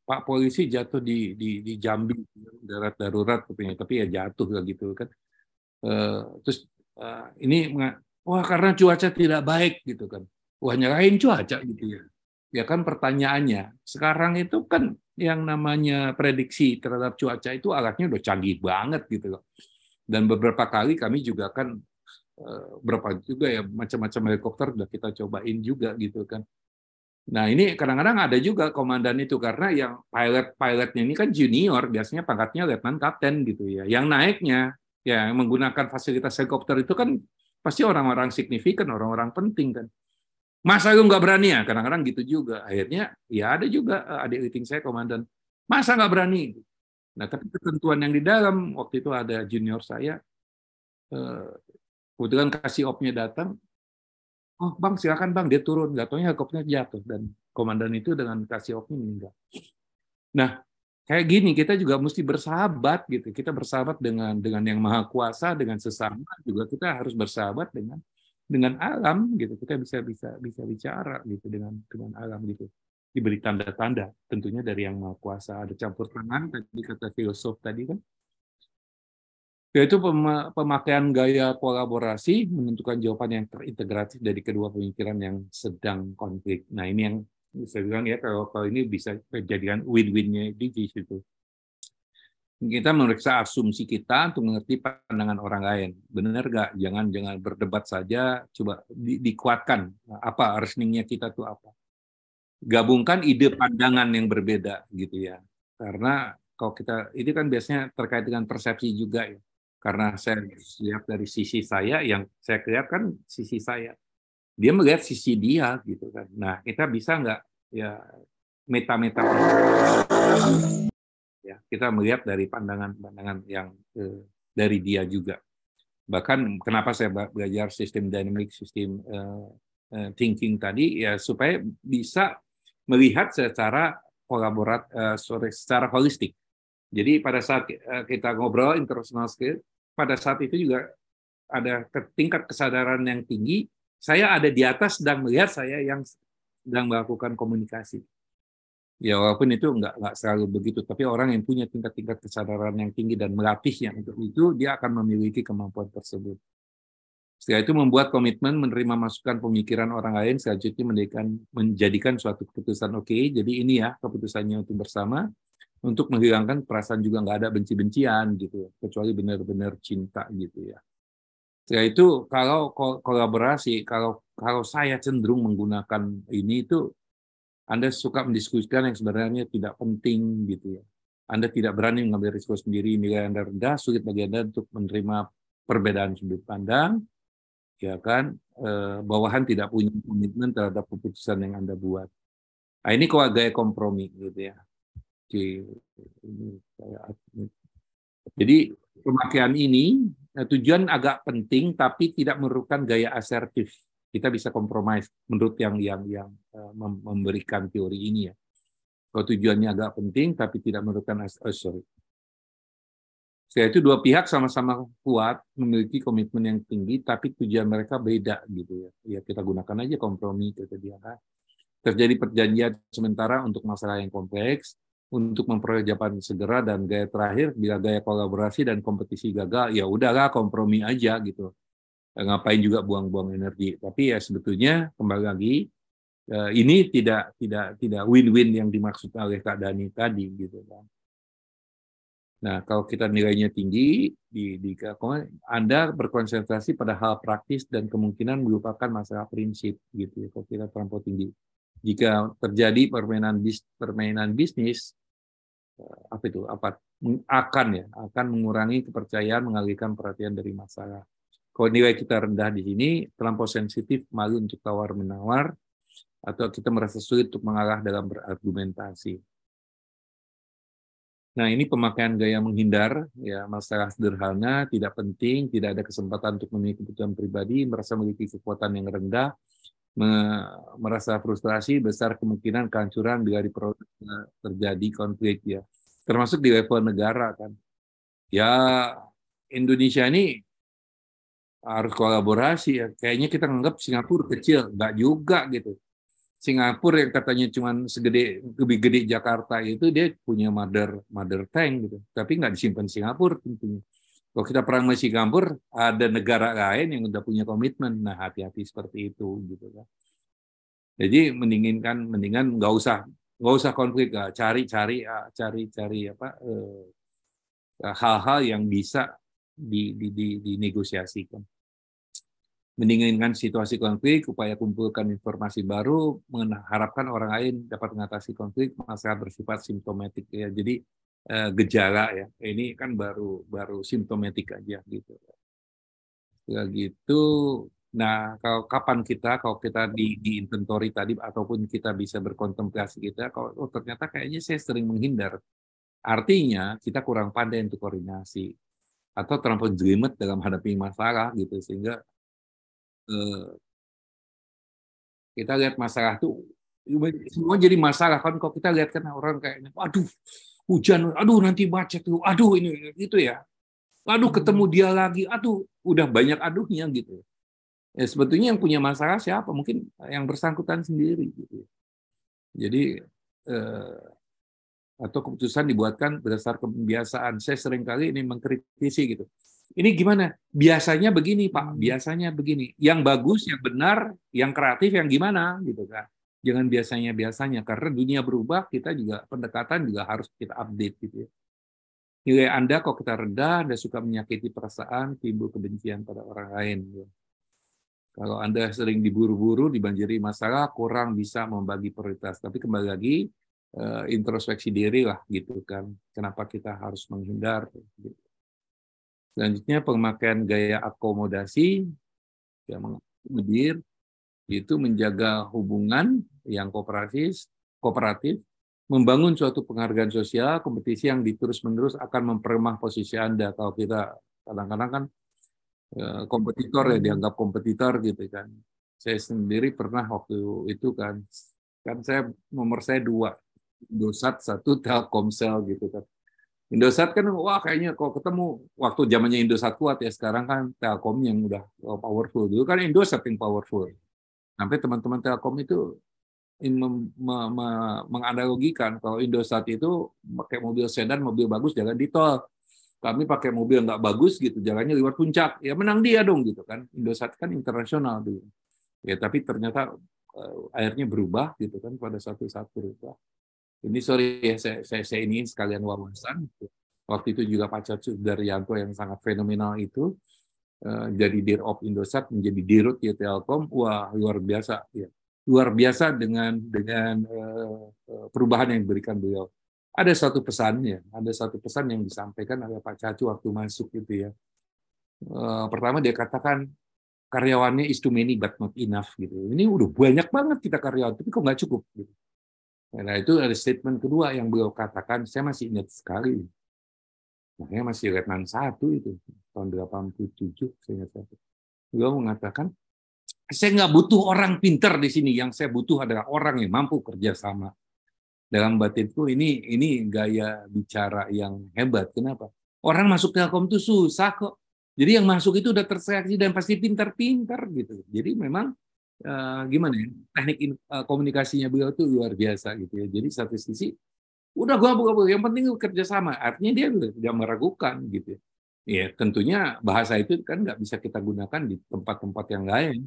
[SPEAKER 2] Pak polisi jatuh di di, di Jambi, darat darurat katanya, tapi ya jatuh lah gitu kan. Uh, terus uh, ini wah karena cuaca tidak baik gitu kan. Wah nyalahin cuaca gitu ya. Ya kan pertanyaannya, sekarang itu kan yang namanya prediksi terhadap cuaca itu alatnya udah canggih banget gitu loh. Dan beberapa kali kami juga kan uh, berapa juga ya macam-macam helikopter udah kita cobain juga gitu kan. Nah ini kadang-kadang ada juga komandan itu karena yang pilot-pilotnya ini kan junior, biasanya pangkatnya letnan kapten gitu ya. Yang naiknya ya menggunakan fasilitas helikopter itu kan pasti orang-orang signifikan, orang-orang penting kan. Masa lu nggak berani ya? Kadang-kadang gitu juga. Akhirnya ya ada juga adik rating saya komandan. Masa nggak berani? Nah tapi ketentuan yang di dalam waktu itu ada junior saya, kebetulan kasih op-nya datang. Oh bang silakan bang, dia turun, nggak taunya helikopternya jatuh dan komandan itu dengan kasih op-nya meninggal. Nah kayak gini kita juga mesti bersahabat gitu, kita bersahabat dengan dengan yang maha kuasa, dengan sesama juga kita harus bersahabat dengan dengan alam gitu, kita bisa bisa bisa bicara gitu dengan dengan alam gitu, diberi tanda-tanda tentunya dari yang maha kuasa, ada campur tangan tadi kata filosof tadi kan. Yaitu pemakaian gaya kolaborasi menentukan jawaban yang terintegratif dari kedua pemikiran yang sedang konflik. Nah ini yang saya bilang ya kalau kalau ini bisa dijadikan win-win-nya di situ. Kita memeriksa asumsi kita untuk mengerti pandangan orang lain. Benar nggak? Jangan jangan berdebat saja. Coba di, dikuatkan apa reasoningnya kita tuh apa. Gabungkan ide pandangan yang berbeda gitu ya. Karena kalau kita ini kan biasanya terkait dengan persepsi juga ya. Karena saya lihat dari sisi saya, yang saya lihat kan sisi saya. Dia melihat sisi dia gitu kan. Nah kita bisa nggak ya meta-meta ya kita melihat dari pandangan-pandangan yang eh, dari dia juga. Bahkan kenapa saya belajar sistem dynamic, sistem uh, uh, thinking tadi ya supaya bisa melihat secara kolaborat, uh, sorry, secara holistik. Jadi pada saat uh, kita ngobrol interpersonal skill, pada saat itu juga ada tingkat kesadaran yang tinggi. Saya ada di atas sedang melihat saya yang sedang melakukan komunikasi. Ya walaupun itu nggak nggak selalu begitu, tapi orang yang punya tingkat-tingkat kesadaran yang tinggi dan melatihnya untuk itu, dia akan memiliki kemampuan tersebut. Setelah itu membuat komitmen menerima masukan pemikiran orang lain, selanjutnya menjadikan, menjadikan suatu keputusan oke, okay, jadi ini ya keputusannya untuk bersama, untuk menghilangkan perasaan juga nggak ada benci-bencian gitu, kecuali benar-benar cinta gitu ya. Setelah itu kalau kolaborasi, kalau kalau saya cenderung menggunakan ini itu Anda suka mendiskusikan yang sebenarnya tidak penting gitu ya. Anda tidak berani mengambil risiko sendiri, nilai Anda rendah, sulit bagi Anda untuk menerima perbedaan sudut pandang, ya kan? Eh, bawahan tidak punya komitmen terhadap keputusan yang Anda buat. Nah, ini kok gaya kompromi gitu ya. Jadi pemakaian ini tujuan agak penting tapi tidak merupakan gaya asertif. Kita bisa kompromi menurut yang yang yang memberikan teori ini ya. Kalau tujuannya agak penting tapi tidak merupakan oh, sorry. Setelah itu dua pihak sama-sama kuat, memiliki komitmen yang tinggi, tapi tujuan mereka beda gitu ya. Ya kita gunakan aja kompromi kata dia kan. Terjadi perjanjian sementara untuk masalah yang kompleks, untuk memperoleh jawaban segera, dan gaya terakhir bila gaya kolaborasi dan kompetisi gagal, ya udahlah kompromi aja gitu. Ngapain juga buang-buang energi. Tapi ya sebetulnya kembali lagi ini tidak tidak tidak win-win yang dimaksud oleh Kak Dani tadi gitu kan. Nah, kalau kita nilainya tinggi, di, di Anda berkonsentrasi pada hal praktis dan kemungkinan melupakan masalah prinsip gitu. Kalau kita terlampau tinggi, jika terjadi permainan bis, permainan bisnis, apa itu? Apa akan ya akan mengurangi kepercayaan, mengalihkan perhatian dari masalah. Kalau nilai kita rendah di sini, terlampau sensitif, malu untuk tawar menawar, atau kita merasa sulit untuk mengalah dalam berargumentasi. Nah, ini pemakaian gaya menghindar, ya masalah sederhana, tidak penting, tidak ada kesempatan untuk memiliki kebutuhan pribadi, merasa memiliki kekuatan yang rendah, merasa frustrasi, besar kemungkinan kehancuran bila terjadi konflik ya. Termasuk di level negara kan. Ya, Indonesia ini harus kolaborasi ya. Kayaknya kita anggap Singapura kecil, enggak juga gitu. Singapura yang katanya cuma segede lebih gede Jakarta itu dia punya mother mother tank gitu, tapi nggak disimpan Singapura tentunya. Kalau kita perang sama Singapura, ada negara lain yang udah punya komitmen. Nah, hati-hati seperti itu gitu kan. Jadi mendingin kan, mendingan nggak usah nggak usah konflik, cari-cari cari-cari apa eh, hal-hal yang bisa di, di, di, dinegosiasikan. Mendinginkan situasi konflik, upaya kumpulkan informasi baru, mengharapkan orang lain dapat mengatasi konflik, masalah bersifat simptomatik ya. Jadi eh, gejala ya. Ini kan baru baru simptomatik aja gitu. Ya gitu. Nah, kalau kapan kita kalau kita di di inventory tadi ataupun kita bisa berkontemplasi kita, kalau oh, ternyata kayaknya saya sering menghindar. Artinya kita kurang pandai untuk koordinasi atau terlalu jelimet dalam hadapi masalah gitu sehingga eh, kita lihat masalah tuh semua jadi masalah kan kalau kita lihat kan orang kayaknya aduh hujan, aduh nanti macet tuh, aduh ini gitu ya, aduh ketemu dia lagi, aduh udah banyak aduhnya gitu. Ya, sebetulnya yang punya masalah siapa? Mungkin yang bersangkutan sendiri gitu. Jadi eh, atau keputusan dibuatkan berdasarkan kebiasaan. Saya sering kali ini mengkritisi gitu. Ini gimana? Biasanya begini, Pak. Biasanya begini. Yang bagus, yang benar, yang kreatif, yang gimana gitu kan. Jangan biasanya-biasanya karena dunia berubah, kita juga pendekatan juga harus kita update gitu ya. Nilai Anda kalau kita rendah, Anda suka menyakiti perasaan, timbul kebencian pada orang lain. Gitu. Kalau Anda sering diburu-buru, dibanjiri masalah, kurang bisa membagi prioritas. Tapi kembali lagi, introspeksi diri lah gitu kan. Kenapa kita harus menghindar. Gitu. Selanjutnya pemakaian gaya akomodasi, yang mengakomodir, itu menjaga hubungan yang kooperatif, kooperatif, membangun suatu penghargaan sosial, kompetisi yang terus-menerus akan memperlemah posisi Anda. Kalau kita kadang-kadang kan kompetitor ya dianggap kompetitor gitu kan. Saya sendiri pernah waktu itu kan, kan saya nomor saya dua, Indosat satu, Telkomsel gitu kan. Indosat kan wah kayaknya kalau ketemu waktu zamannya Indosat kuat ya, sekarang kan Telkom yang udah powerful. Dulu kan Indosat yang powerful. Sampai teman-teman Telkom itu menganalogikan kalau Indosat itu pakai mobil sedan, mobil bagus jalan di tol. Kami pakai mobil nggak bagus gitu, jalannya lewat puncak, ya menang dia dong gitu kan. Indosat kan internasional dulu. Ya tapi ternyata uh, akhirnya berubah gitu kan pada satu saat berubah. Ini sorry ya saya, saya, saya ini sekalian wawasan. Waktu itu juga Pak Cacu Daryanto yang sangat fenomenal itu uh, jadi Dirop Indosat menjadi Dirut ya Telkom, wah luar biasa ya. Luar biasa dengan dengan uh, perubahan yang diberikan beliau. Ada satu pesannya, ada satu pesan yang disampaikan oleh Pak Cacu waktu masuk gitu ya. Uh, pertama dia katakan karyawannya is too many but not enough gitu. Ini udah banyak banget kita karyawan, tapi kok nggak cukup gitu. Nah itu ada statement kedua yang beliau katakan, saya masih ingat sekali. Makanya masih letnan satu itu tahun delapan puluh tujuh saya ingat satu. Beliau mengatakan, saya nggak butuh orang pinter di sini, yang saya butuh adalah orang yang mampu kerja sama. Dalam batinku ini ini gaya bicara yang hebat. Kenapa? Orang masuk Telkom itu susah kok. Jadi yang masuk itu udah terseleksi dan pasti pintar-pintar gitu. Jadi memang uh, gimana ya, teknik in, uh, komunikasinya beliau itu luar biasa gitu ya. Jadi satu sisi udah gabung-gabung, yang penting kerjasama. Artinya dia tidak meragukan gitu. Ya tentunya bahasa itu kan nggak bisa kita gunakan di tempat-tempat yang lain.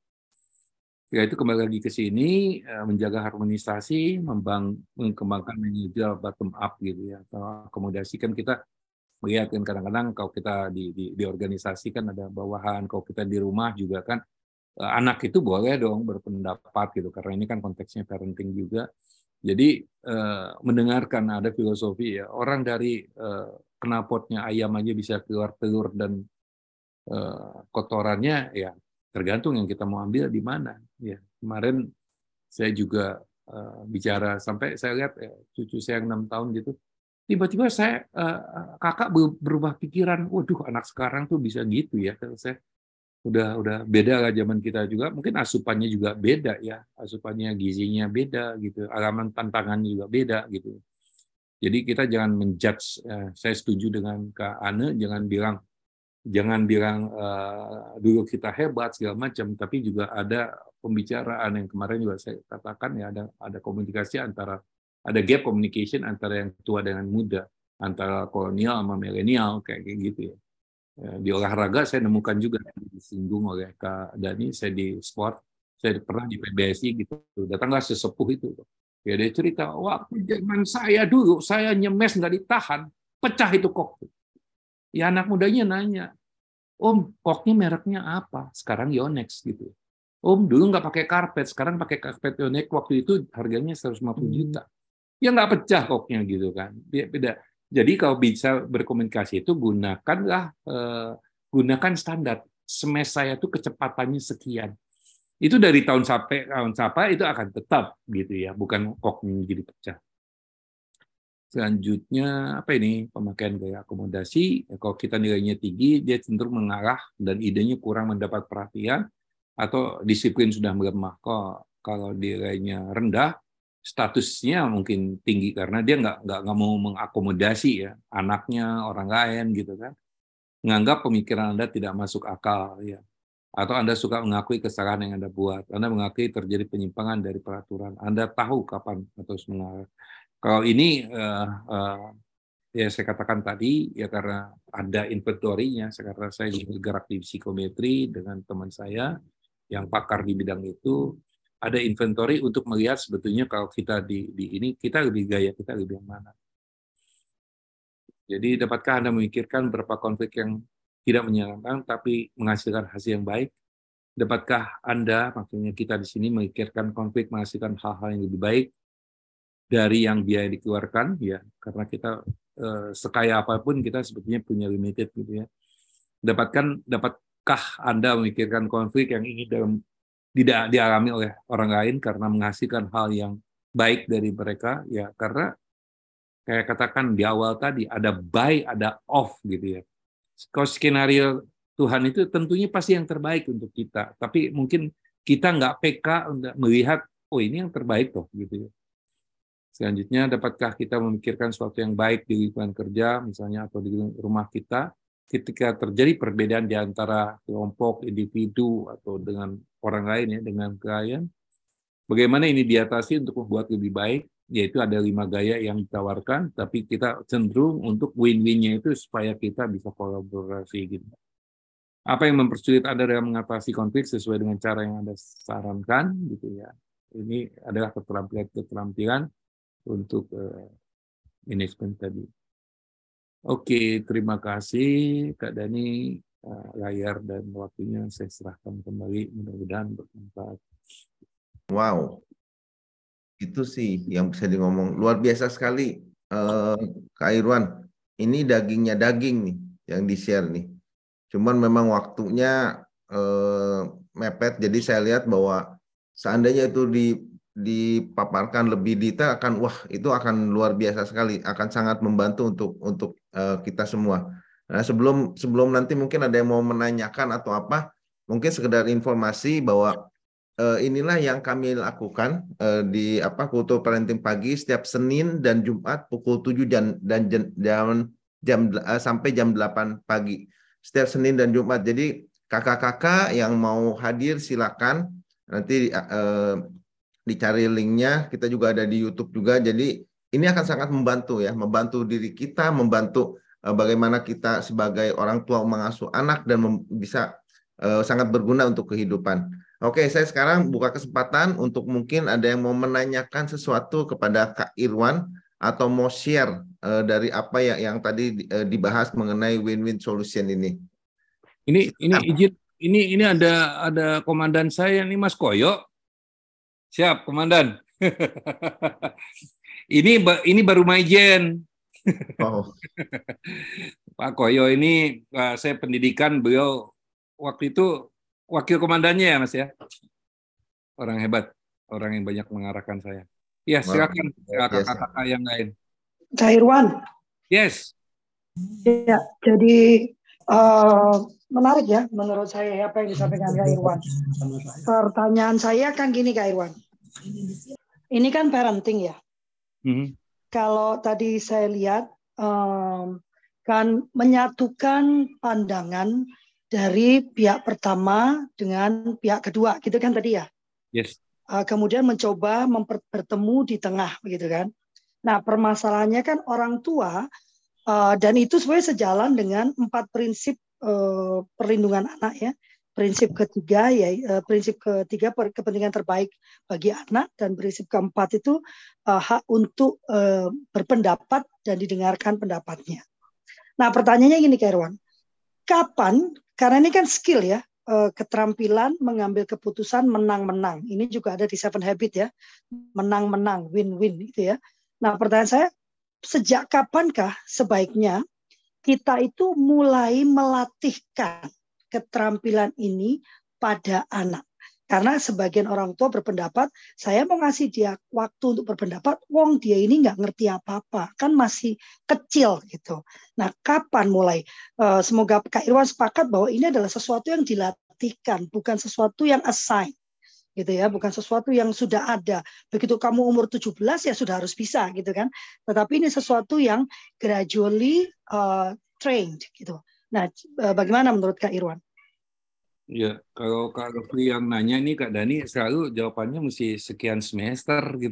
[SPEAKER 2] Ya itu kembali lagi ke sini, menjaga harmonisasi, membang, mengembangkan manajer bottom up gitu ya. Atau akomodasi kan kita melihat kan kadang-kadang kalau kita di, di, di organisasi kan ada bawahan, kalau kita di rumah juga kan anak itu boleh dong berpendapat gitu karena ini kan konteksnya parenting juga. Jadi eh, mendengarkan ada filosofi ya, orang dari eh, knalpotnya ayam aja bisa keluar telur dan eh, kotorannya ya tergantung yang kita mau ambil di mana. Ya kemarin saya juga uh, bicara sampai saya lihat ya, cucu saya yang enam tahun gitu, tiba-tiba saya uh, kakak berubah pikiran, waduh anak sekarang tuh bisa gitu ya. Saya udah udah beda lah zaman kita juga, mungkin asupannya juga beda ya, asupannya gizinya beda gitu, alaman tantangannya juga beda gitu. Jadi kita jangan menjudge. Uh, saya setuju dengan Kak Ane, jangan bilang jangan bilang uh, dulu kita hebat segala macam, tapi juga ada pembicaraan yang kemarin juga saya katakan ya ada ada komunikasi antara ada gap communication antara yang tua dengan muda, antara kolonial sama milenial kayak gitu ya. Ya, di olahraga saya nemukan juga disinggung oleh Kak Dani, saya di sport, saya pernah di P B S I gitu, datanglah sesepuh itu. Ya dia cerita, waktu zaman saya dulu, saya nyemes nggak ditahan, pecah itu kok. Ya anak mudanya nanya, Om, koknya mereknya apa? Sekarang Yonex gitu. Om, dulu nggak pakai karpet, sekarang pakai karpet Yonex, waktu itu harganya seratus lima puluh juta. Ya nggak pecah koknya gitu kan. Beda. Jadi kalau bisa berkomunikasi itu gunakanlah eh, gunakan standar. Smash saya itu kecepatannya sekian. Itu dari tahun sampai tahun sampai itu akan tetap gitu ya, bukan koknya jadi pecah. Selanjutnya apa ini pemakaian gaya akomodasi. Kalau kita nilainya tinggi, dia cenderung mengarah dan idenya kurang mendapat perhatian atau disiplin sudah melemah. Kok kalau nilainya rendah, statusnya mungkin tinggi karena dia nggak nggak nggak mau mengakomodasi ya anaknya orang lain gitu kan. Menganggap pemikiran Anda tidak masuk akal ya. Atau Anda suka mengakui kesalahan yang Anda buat. Anda mengakui terjadi penyimpangan dari peraturan. Anda tahu kapan harus mengarah. Kalau ini uh, uh, ya saya katakan tadi ya karena ada inventory-nya, karena saya bergerak di psikometri dengan teman saya yang pakar di bidang itu, ada inventory untuk melihat sebetulnya kalau kita di, di ini kita lebih gaya kita lebih yang mana. Jadi dapatkah Anda memikirkan berapa konflik yang tidak menyenangkan tapi menghasilkan hasil yang baik? Dapatkah Anda, maksudnya kita di sini memikirkan konflik menghasilkan hal-hal yang lebih baik dari yang biaya dikeluarkan, ya karena kita eh, sekaya apapun kita sebetulnya punya limited gitu ya. Dapatkan dapatkah Anda memikirkan konflik yang ini dalam tidak dialami oleh orang lain karena menghasilkan hal yang baik dari mereka, ya karena kayak katakan di awal tadi ada buy ada off gitu ya. Kalau skenario Tuhan itu tentunya pasti yang terbaik untuk kita, tapi mungkin kita nggak peka untuk melihat oh ini yang terbaik toh gitu ya. Selanjutnya, dapatkah kita memikirkan sesuatu yang baik di lingkungan kerja, misalnya, atau di rumah kita, ketika terjadi perbedaan di antara kelompok, individu, atau dengan orang lain, ya, dengan klien, bagaimana ini diatasi untuk membuat lebih baik, yaitu ada lima gaya yang ditawarkan, tapi kita cenderung untuk win-win-nya itu supaya kita bisa kolaborasi. Gitu. Apa yang mempersulit Anda dalam mengatasi konflik sesuai dengan cara yang Anda sarankan, gitu ya. Ini adalah keterampilan-keterampilan untuk uh, management tadi. Oke, terima kasih Kak Dani. Uh, layar dan waktunya saya serahkan kembali, mudah-mudahan bermanfaat.
[SPEAKER 1] Wow, itu sih yang bisa di ngomong. Luar biasa sekali uh, Kak Irwan. Ini dagingnya daging nih yang di-share nih. Cuman memang waktunya uh, mepet, jadi saya lihat bahwa seandainya itu di dipaparkan lebih detail akan wah itu akan luar biasa sekali, akan sangat membantu untuk untuk uh, kita semua. Nah, sebelum sebelum nanti mungkin ada yang mau menanyakan atau apa, mungkin sekedar informasi bahwa uh, inilah yang kami lakukan uh, di apa Kultur Parenting Pagi setiap Senin dan Jumat pukul tujuh dan dan jam jam uh, sampai jam delapan pagi. Setiap Senin dan Jumat. Jadi kakak-kakak yang mau hadir silakan nanti uh, dicari linknya, kita juga ada di YouTube juga, jadi ini akan sangat membantu ya, membantu diri kita, membantu uh, bagaimana kita sebagai orang tua mengasuh anak dan bisa uh, sangat berguna untuk kehidupan. Oke, saya sekarang buka kesempatan untuk mungkin ada yang mau menanyakan sesuatu kepada Kak Irwan atau mau share uh, dari apa ya yang tadi uh, dibahas mengenai win-win solution ini.
[SPEAKER 2] Ini ini izin ini ini ada ada komandan saya nih Mas Koyo. Siap, komandan. ini ini baru Maijen.
[SPEAKER 1] Oh.
[SPEAKER 2] Pak Koyo ini saya pendidikan, beliau waktu itu wakil komandannya ya Mas ya. Orang hebat, orang yang banyak mengarahkan saya. Ya, silakan kakak-kakak yang lain.
[SPEAKER 3] Kak Irwan.
[SPEAKER 2] Yes.
[SPEAKER 3] Ya, jadi uh, menarik ya menurut saya apa yang disampaikan Kak Irwan. Pertanyaan saya kan gini Kak Irwan. Ini kan parenting ya. Mm-hmm. Kalau tadi saya lihat um, kan menyatukan pandangan dari pihak pertama dengan pihak kedua, gitu kan tadi ya.
[SPEAKER 2] Yes.
[SPEAKER 3] Uh, kemudian mencoba memper, bertemu di tengah, begitu kan? Nah, permasalahannya kan orang tua, uh, dan itu sebenarnya sejalan dengan empat prinsip uh, perlindungan anak ya. Prinsip ketiga ya, uh, prinsip ketiga kepentingan terbaik bagi anak, dan prinsip keempat itu uh, hak untuk uh, berpendapat dan didengarkan pendapatnya. Nah, pertanyaannya gini, Kak Irwan, kapan? Karena ini kan skill ya. Keterampilan mengambil keputusan menang-menang. Ini juga ada di Seven Habit ya. Menang-menang, win-win itu ya. Nah, pertanyaan saya, sejak kapankah sebaiknya kita itu mulai melatihkan keterampilan ini pada anak? Karena sebagian orang tua berpendapat, saya mau ngasih dia waktu untuk berpendapat, wong dia ini nggak ngerti apa-apa, kan masih kecil gitu. Nah, kapan mulai? Uh, semoga Kak Irwan sepakat bahwa ini adalah sesuatu yang dilatihkan, bukan sesuatu yang assign, gitu ya, bukan sesuatu yang sudah ada. Begitu kamu umur tujuh belas ya sudah harus bisa, gitu kan? Tetapi ini sesuatu yang gradually uh, trained, gitu. Nah, uh, bagaimana menurut Kak Irwan?
[SPEAKER 2] Ya, kalau Kak Rafli yang nanya nih Kak Dani selalu jawabannya mesti sekian semester gitu.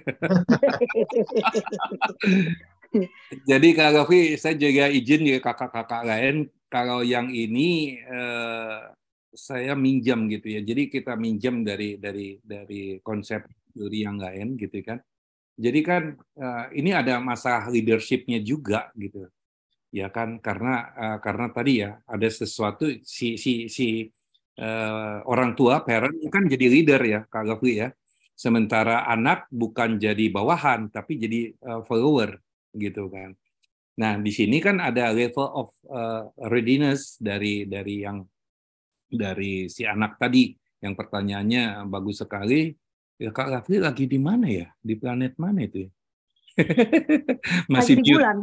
[SPEAKER 2] Jadi Kak Rafli, saya juga izin ya kakak-kakak lain kalau yang ini eh, saya minjam gitu ya. Jadi kita minjam dari dari dari konsep teori yang lain gitu kan. Jadi kan eh, ini ada masalah leadership-nya juga gitu. Ya kan karena uh, karena tadi ya ada sesuatu si si si uh, orang tua parent kan jadi leader ya Kak Gafri ya, sementara anak bukan jadi bawahan tapi jadi uh, follower gitu kan. Nah di sini kan ada level of uh, readiness dari dari yang dari si anak tadi yang pertanyaannya bagus sekali ya. Kak Gafri lagi di mana ya, di planet mana itu ya? Masih
[SPEAKER 3] lagi di bulan.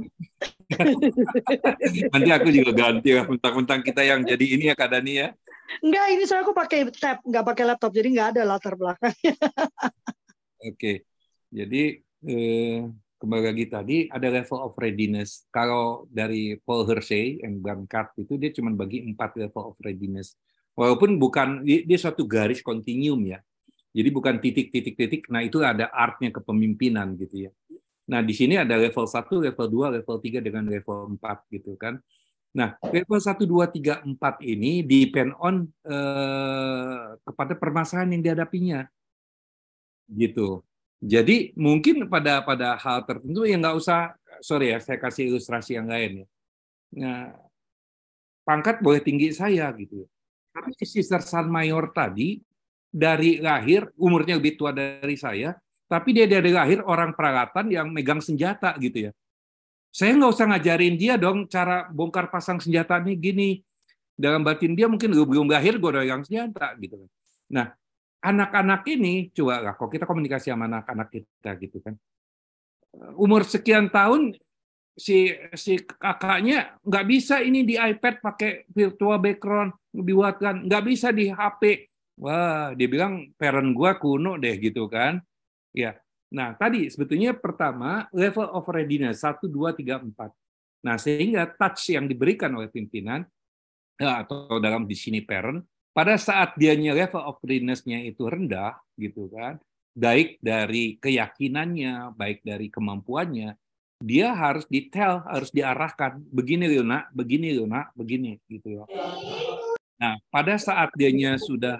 [SPEAKER 2] Nanti aku juga ganti ya, mentang-mentang kita yang jadi ini ya Kak Dani ya.
[SPEAKER 3] Enggak, ini soalnya aku pakai tab, nggak pakai laptop, jadi nggak ada latar belakangnya.
[SPEAKER 2] Oke, jadi eh, kembali lagi tadi ada level of readiness. Kalau dari Paul Hersey yang berangkat itu dia cuma bagi empat level of readiness. Walaupun bukan dia, dia suatu garis kontinuum ya. Jadi bukan titik-titik-titik. Nah itu ada artnya kepemimpinan gitu ya. Nah, di sini ada level satu, level dua, level tiga dengan level empat gitu kan. Nah, level satu, dua, tiga, empat ini depend on eh, kepada permasalahan yang dihadapinya. Gitu. Jadi mungkin pada pada hal tertentu yang nggak usah, sorry ya, saya kasih ilustrasi yang lain ya. Nah, pangkat boleh tinggi saya gitu. Tapi si sersan mayor tadi dari lahir umurnya lebih tua dari saya, tapi dia dari lahir orang peralatan yang megang senjata gitu ya. Saya nggak usah ngajarin dia dong cara bongkar pasang senjata nih gini. Dalam batin dia mungkin belum lahir gue udah megang senjata gitu. Nah, anak-anak ini coba lah, kalau kita komunikasi sama anak-anak kita gitu kan, umur sekian tahun si si kakaknya nggak bisa ini di iPad pakai virtual background dibuatkan, nggak bisa di H P. Wah, dia bilang parent gua kuno deh gitu kan. Ya. Nah, tadi sebetulnya pertama level of readiness satu, dua, tiga, empat. Nah, sehingga touch yang diberikan oleh pimpinan atau dalam di sini parent pada saat dianya level of readiness-nya itu rendah gitu kan, baik dari keyakinannya, baik dari kemampuannya, dia harus detail, harus diarahkan begini Luna, begini Luna, begini gitu ya. Nah, pada saat dianya sudah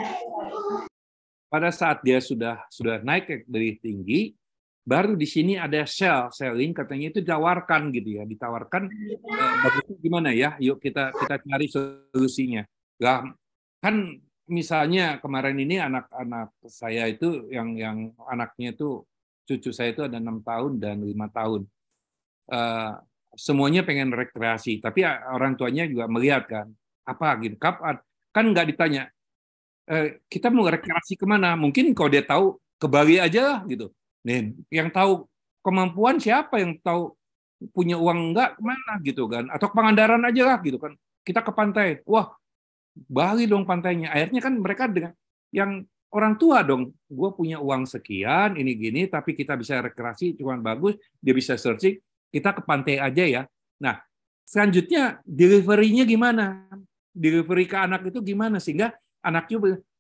[SPEAKER 2] pada saat dia sudah sudah naik dari tinggi, baru di sini ada sell selling, katanya itu ditawarkan gitu ya, ditawarkan eh, bagusnya gimana ya? Yuk kita kita cari solusinya. Lah, kan misalnya kemarin ini anak-anak saya itu yang yang anaknya itu cucu saya itu ada enam tahun dan lima tahun. Uh, semuanya pengen rekreasi, tapi orang tuanya juga melihat kan apa gitu, kapan kan nggak ditanya. Eh, kita mau rekreasi kemana? Mungkin kalau dia tahu ke Bali aja lah gitu. Nih, yang tahu kemampuan siapa, yang tahu punya uang enggak kemana gitu kan? Atau ke Pangandaran aja lah gitu kan. Kita ke pantai, wah Bali dong pantainya. Akhirnya kan mereka dengan yang orang tua dong, gue punya uang sekian, ini gini, tapi kita bisa rekreasi, cuman bagus, dia bisa searching, kita ke pantai aja ya. Nah, selanjutnya delivery-nya gimana? Delivery ke anak itu gimana sehingga anaknya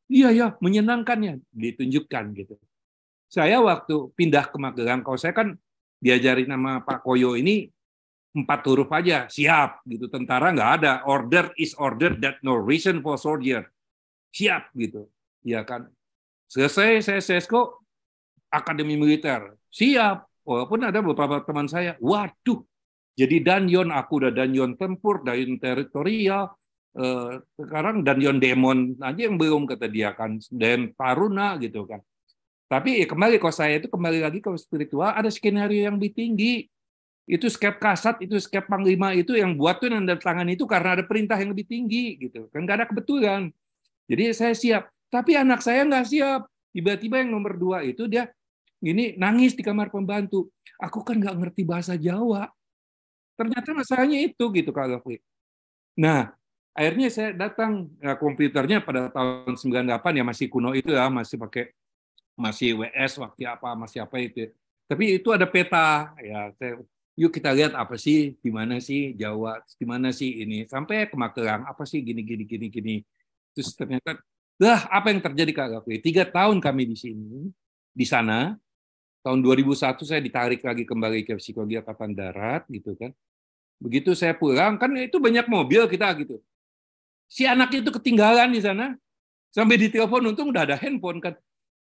[SPEAKER 2] Iya ya, menyenangkannya ditunjukkan gitu. Saya waktu pindah ke Magelang, kalau saya kan diajarin sama Pak Koyo ini empat huruf aja, siap gitu. Tentara nggak ada, order is order, that no reason for soldier. Siap gitu. Ya kan. Selesai saya sesko Akademi Militer. Siap. Walaupun ada beberapa teman saya, waduh, jadi danyon, aku udah danyon tempur, danyon teritorial, eh, sekarang danyon demon aja yang belum kata dia kan, dan Taruna gitu kan. Tapi ya kembali kalau saya itu kembali lagi ke spiritual, ada skenario yang lebih tinggi. Itu skep kasat, itu skep panglima itu yang buat tuh nanda tangan itu karena ada perintah yang lebih tinggi gitu. Kan nggak ada kebetulan. Jadi saya siap. Tapi anak saya nggak siap. Tiba-tiba yang nomor dua itu dia ini nangis di kamar pembantu. Aku kan nggak ngerti bahasa Jawa. Ternyata masalahnya itu gitu Kak Gafri. Nah, akhirnya saya datang ya, komputernya pada tahun sembilan puluh delapan ya masih kuno itu ya, masih pakai masih W S waktu apa masih apa itu. Tapi itu ada peta ya. Saya, yuk kita lihat apa sih di mana sih Jawa, di mana sih ini sampai ke Magelang apa sih gini gini gini gini. Terus ternyata lah apa yang terjadi Kak Gafri? Tiga tahun kami di sini di sana. Tahun dua ribu satu saya ditarik lagi kembali ke Psikologi Angkatan Darat gitu kan. Begitu saya pulang kan itu banyak mobil kita gitu. Si anak itu ketinggalan di sana. Sampai ditelepon untung udah ada handphone kan.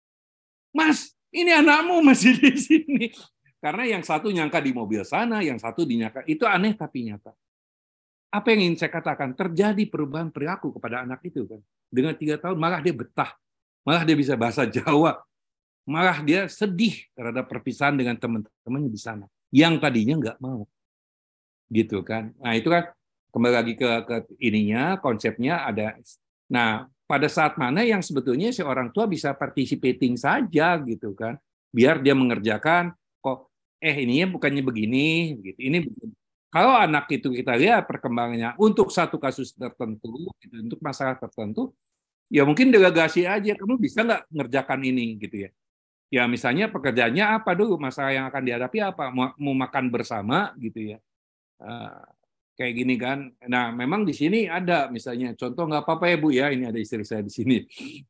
[SPEAKER 2] Mas, ini anakmu masih di sini. Karena yang satu nyangka di mobil sana, yang satu dinyangka. Itu aneh tapi nyata. Apa yang ingin saya katakan? Terjadi perubahan perilaku kepada anak itu kan. Dengan tiga tahun malah dia betah. Malah dia bisa bahasa Jawa. Malah dia sedih terhadap perpisahan dengan teman-temannya di sana. Yang tadinya nggak mau. Gitu kan. Nah itu kan kembali lagi ke, ke ininya, konsepnya ada. Nah pada saat mana yang sebetulnya si orang tua bisa participating saja gitu kan. Biar dia mengerjakan, kok eh ininya bukannya begini. Gitu. Ini begini. Kalau anak itu kita lihat perkembangannya untuk satu kasus tertentu, gitu, untuk masalah tertentu, ya mungkin delegasi aja. Kamu bisa nggak ngerjakan ini gitu ya. Ya misalnya pekerjaannya apa dulu, masalah yang akan dihadapi apa, mau, mau makan bersama gitu ya, uh, kayak gini kan. Nah memang di sini ada misalnya contoh nggak apa-apa ya Bu ya, ini ada istri saya di sini.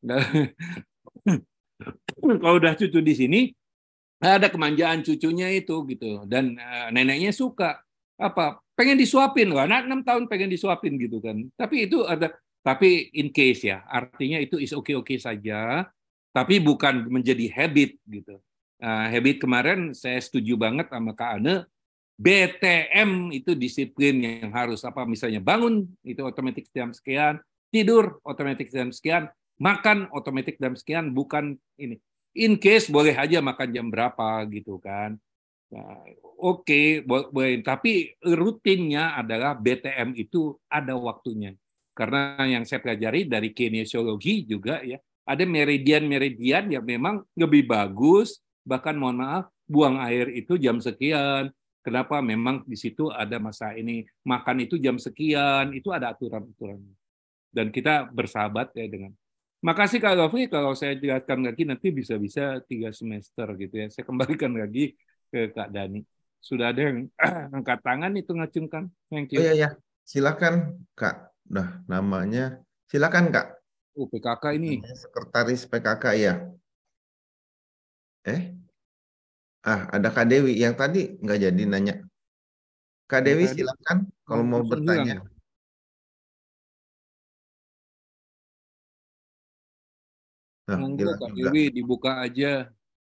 [SPEAKER 2] Kalau udah cucu di sini ada kemanjaan cucunya itu gitu, dan uh, neneknya suka apa, pengen disuapin loh, anak enam tahun pengen disuapin gitu kan. Tapi itu ada, tapi in case ya, artinya itu is oke-oke saja. Tapi bukan menjadi habit gitu. Nah, habit kemarin saya setuju banget sama Kak Ane, B T M itu disiplin yang harus apa misalnya bangun itu otomatis jam sekian, tidur otomatis jam sekian, makan otomatis jam sekian, bukan ini. In case boleh aja makan jam berapa gitu kan. Nah, oke, boleh, tapi rutinnya adalah B T M itu ada waktunya. Karena yang saya pelajari dari kinesiologi juga ya, ada meridian-meridian yang memang lebih bagus, bahkan mohon maaf, buang air itu jam sekian. Kenapa? Memang di situ ada masa ini, makan itu jam sekian, itu ada aturan-aturan. Dan kita bersahabat ya dengan. Makasih Kak Gafri, kalau saya jelaskan lagi nanti bisa-bisa tiga semester gitu ya. Saya kembalikan lagi ke Kak Dani. Sudah ada yang angkat tangan itu ngacungkan. Thank you.
[SPEAKER 1] Oh iya ya, silakan Kak. Nah, namanya silakan Kak.
[SPEAKER 2] Oh, P K K ini.
[SPEAKER 1] Sekretaris P K K ya. Eh? Ah, ada Kak Dewi. Yang tadi nggak jadi nanya. Kak Dewi
[SPEAKER 2] Tadi,
[SPEAKER 1] silakan kalau mau bertanya.
[SPEAKER 2] Hilang.
[SPEAKER 1] Nah,
[SPEAKER 2] Monggo Kak Dewi dibuka aja.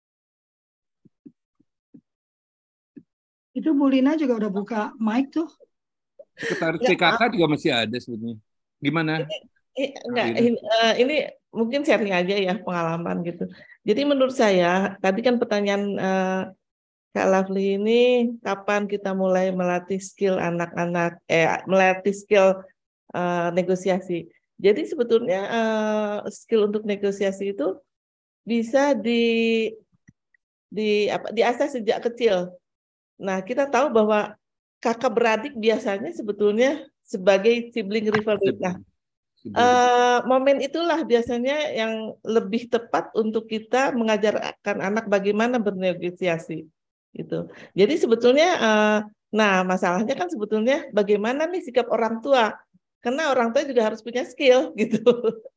[SPEAKER 3] Itu Bu Lina juga udah buka mic tuh.
[SPEAKER 2] Sekretaris P K K juga masih ada sebetulnya. Gimana?
[SPEAKER 4] Ini, enggak, ini, uh, ini mungkin sharing aja ya pengalaman gitu. Jadi menurut saya tadi kan pertanyaan uh, Kak Lovely ini kapan kita mulai melatih skill anak-anak, eh melatih skill uh, negosiasi. Jadi sebetulnya uh, skill untuk negosiasi itu bisa di di apa diasah sejak kecil. Nah kita tahu bahwa kakak beradik biasanya sebetulnya sebagai sibling rivalry. Nah, Uh, momen itulah biasanya yang lebih tepat untuk kita mengajarkan anak bagaimana bernegosiasi gitu. Jadi sebetulnya uh, nah masalahnya kan sebetulnya bagaimana nih sikap orang tua, karena orang tua juga harus punya skill gitu.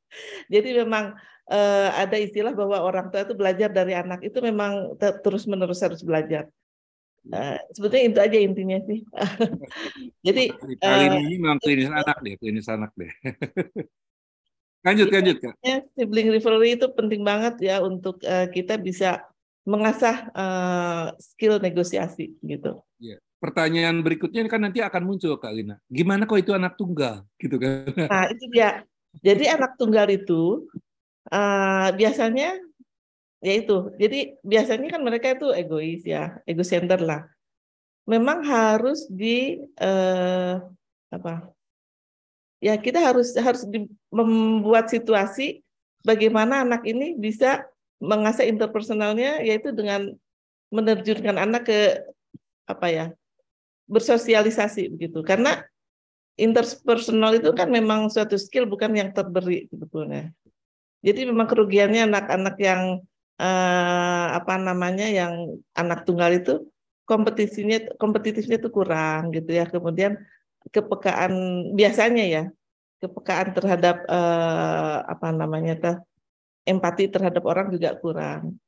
[SPEAKER 4] Jadi memang uh, ada istilah bahwa orang tua itu belajar dari anak, itu memang terus-menerus harus belajar. Uh, sebetulnya itu aja intinya sih. Jadi
[SPEAKER 2] kali
[SPEAKER 4] uh,
[SPEAKER 2] ini memang klinis anak deh, klinis anak deh. lanjut, lanjut Kak.
[SPEAKER 4] Sibling rivalry itu penting banget ya untuk uh, kita bisa mengasah uh, skill negosiasi gitu.
[SPEAKER 2] Ya. Pertanyaan berikutnya kan nanti akan muncul Kak Lina. Gimana kok itu anak tunggal, gitu kan?
[SPEAKER 4] Nah itu dia. Jadi anak tunggal itu uh, biasanya ya itu. Jadi biasanya kan mereka itu egois ya, ego center lah. Memang harus di uh, apa? Ya kita harus harus di, membuat situasi bagaimana anak ini bisa mengasah interpersonalnya, yaitu dengan menerjunkan anak ke apa ya, bersosialisasi begitu. Karena interpersonal itu kan memang suatu skill, bukan yang terberi sebetulnya. Jadi memang kerugiannya anak-anak yang eh, apa namanya, yang anak tunggal itu kompetisinya kompetitifnya itu kurang gitu ya. Kemudian kepekaan biasanya ya, kepekaan terhadap eh, apa namanya tuh, empati terhadap orang juga kurang.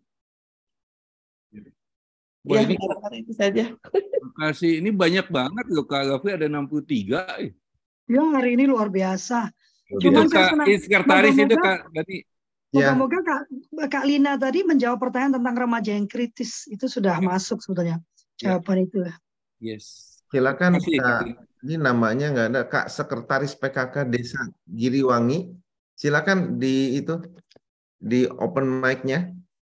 [SPEAKER 2] Wah,
[SPEAKER 4] ya,
[SPEAKER 2] ini
[SPEAKER 4] itu saja.
[SPEAKER 2] Terima kasih. Ini banyak banget loh Kak Gavi, ada enam puluh tiga.
[SPEAKER 3] Ya, hari ini luar biasa.
[SPEAKER 2] Cuma Kak, sekretaris itu Kak tadi.
[SPEAKER 3] Moga-moga ya. Kak, Kak Lina tadi menjawab pertanyaan tentang remaja yang kritis. Itu sudah ya. masuk sebetulnya jawaban ya. itu.
[SPEAKER 2] Yes.
[SPEAKER 1] Silakan Kak. Ini namanya nggak ada, Kak Sekretaris P K K Desa Giriwangi. Silakan di itu di open mic-nya.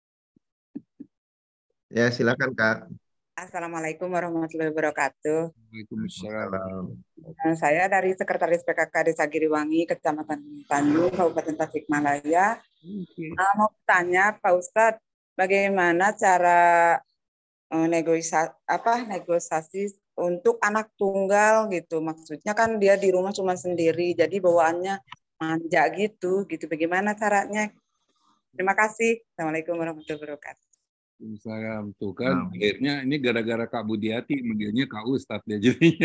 [SPEAKER 1] Ya, silakan Kak.
[SPEAKER 5] Assalamualaikum warahmatullahi wabarakatuh.
[SPEAKER 2] Waalaikumsalam.
[SPEAKER 5] Saya dari Sekretaris P K K Desa Giriwangi, Kecamatan Tanjung, Kabupaten Tasikmalaya. Okay. Nah, mau tanya Pak Ustadz, bagaimana cara negosiasi apa negosiasi untuk anak tunggal gitu? Maksudnya kan dia di rumah cuma sendiri, jadi bawaannya manja gitu, gitu. Bagaimana caranya? Terima kasih. Assalamualaikum warahmatullahi wabarakatuh.
[SPEAKER 2] Saya tuh kan, nah. akhirnya ini gara-gara Kak Budiati manggilnya Kak Ustadz ya jadinya.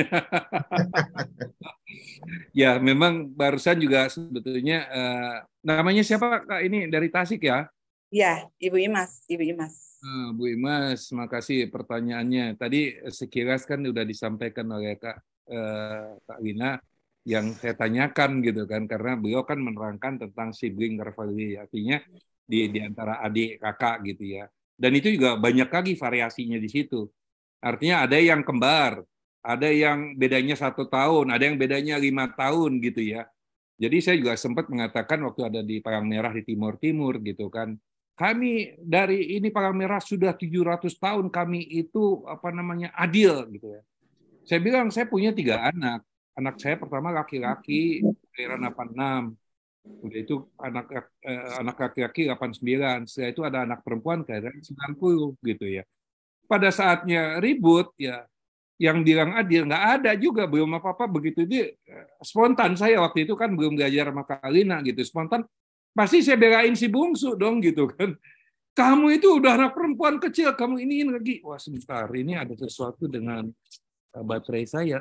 [SPEAKER 2] Ya memang barusan juga sebetulnya uh, namanya siapa Kak ini dari Tasik ya?
[SPEAKER 5] Iya, Ibu Imas, Ibu Imas.
[SPEAKER 2] Uh, Bu Imas, makasih pertanyaannya. Tadi sekilas kan udah disampaikan oleh Kak uh, Kak Lina yang saya tanyakan gitu kan, karena beliau kan menerangkan tentang sibling rivalry, artinya di di antara adik kakak gitu ya. Dan itu juga banyak lagi variasinya di situ. Artinya ada yang kembar, ada yang bedanya satu tahun, ada yang bedanya lima tahun gitu ya. Jadi saya juga sempat mengatakan waktu ada di Palang Merah di Timur Timur gitu kan, kami dari ini Palang Merah sudah tujuh ratus tahun kami itu apa namanya adil gitu ya. Saya bilang saya punya tiga anak, anak saya pertama laki-laki kelahiran delapan puluh enam. Udah itu anak eh, anak laki-laki delapan puluh sembilan, setelah itu ada anak perempuan kelahiran sembilan puluh gitu ya. Pada saatnya ribut ya yang bilang adil nggak ada juga, belum apa-apa begitu dia spontan. Saya waktu itu kan belum belajar sama Kak Lina gitu, spontan pasti saya belain si bungsu dong gitu kan. Kamu itu udah anak perempuan kecil, kamu iniin lagi. Wah sebentar, ini ada sesuatu dengan baterai saya.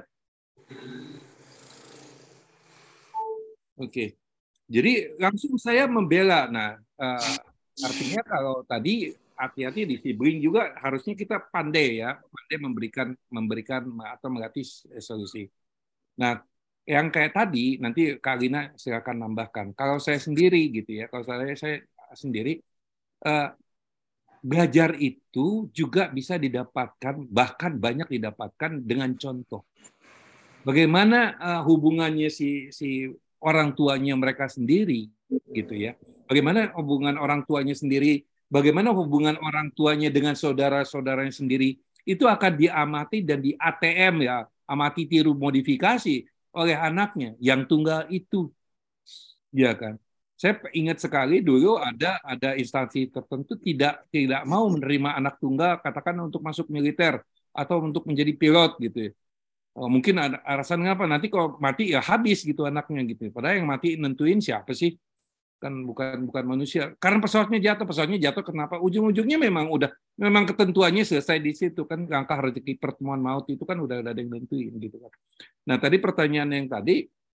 [SPEAKER 2] Oke. Okay. Jadi langsung saya membela. Nah, uh, artinya kalau tadi hati-hati di sibling juga harusnya kita pandai ya, pandai memberikan memberikan atau melatih solusi. Nah, yang kayak tadi nanti Kak Lina silakan nambahkan. Kalau saya sendiri gitu ya, kalau saya saya sendiri uh, belajar itu juga bisa didapatkan, bahkan banyak didapatkan dengan contoh. Bagaimana uh, hubungannya si si orang tuanya mereka sendiri gitu ya. Bagaimana hubungan orang tuanya sendiri, bagaimana hubungan orang tuanya dengan saudara-saudaranya sendiri, itu akan diamati dan di A T M ya, amati tiru modifikasi oleh anaknya yang tunggal itu. Ya kan? Saya ingat sekali dulu ada ada instansi tertentu tidak tidak mau menerima anak tunggal katakan untuk masuk militer atau untuk menjadi pilot gitu ya. Oh, mungkin ada alasan ngapa nanti kalau mati ya habis gitu anaknya gitu. Padahal yang mati nentuin siapa sih? Kan bukan bukan manusia. Karena pesawatnya jatuh, pesawatnya jatuh kenapa? Ujung-ujungnya memang udah memang ketentuannya selesai di situ kan, langkah rezeki pertemuan maut itu kan udah ada yang nentuin gitu kan. Nah, tadi pertanyaan yang tadi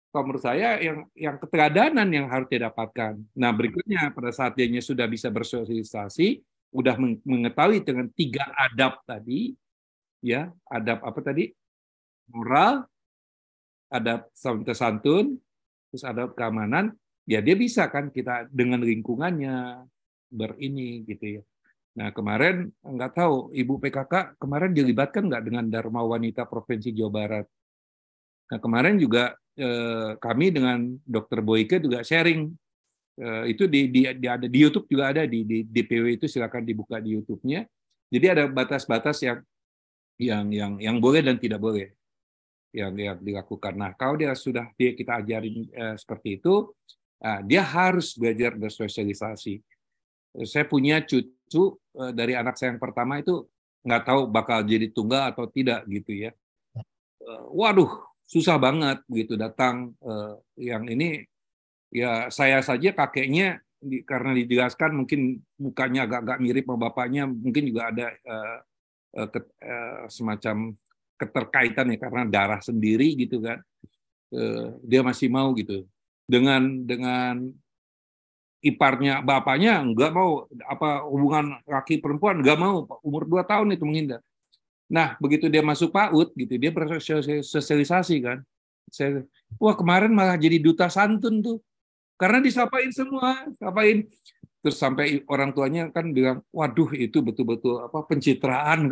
[SPEAKER 2] kalau menurut saya yang yang keteladanan yang harus dia dapatkan. Nah, berikutnya pada saat dia sudah bisa bersosialisasi, udah mengetahui dengan tiga adab tadi, ya, adab apa tadi? Moral, adab sopan santun, terus adab keamanan, ya dia bisa kan kita dengan lingkungannya berini gitu ya. Nah, kemarin nggak tahu Ibu P K K kemarin dilibatkan nggak dengan Dharma Wanita Provinsi Jawa Barat. Nah, kemarin juga eh, kami dengan Dokter Boyke juga sharing eh, itu di, di, di ada di YouTube juga ada di, di D P W itu, silakan dibuka di YouTube-nya. Jadi ada batas-batas yang yang yang yang boleh dan tidak boleh yang, yang dilakukan. Nah, kalau dia sudah dia kita ajarin eh, seperti itu, eh, dia harus belajar bersosialisasi. Saya punya cucu eh, dari anak saya yang pertama itu nggak tahu bakal jadi tunggal atau tidak gitu ya. Eh, waduh. Susah banget gitu datang uh, yang ini ya saya saja kakeknya di, karena dijelaskan mungkin mukanya agak-agak mirip sama bapaknya, mungkin juga ada uh, uh, ke, uh, semacam keterkaitan ya karena darah sendiri gitu kan, uh, dia masih mau gitu dengan dengan iparnya bapaknya nggak mau, apa hubungan laki perempuan nggak mau, umur dua tahun itu menghindar. Nah, begitu dia masuk PAUD gitu, dia bersosialisasi kan. Saya, wah kemarin malah jadi duta santun tuh. Karena disapain semua, sapain. Terus sampai orang tuanya kan bilang, waduh itu betul-betul apa pencitraan.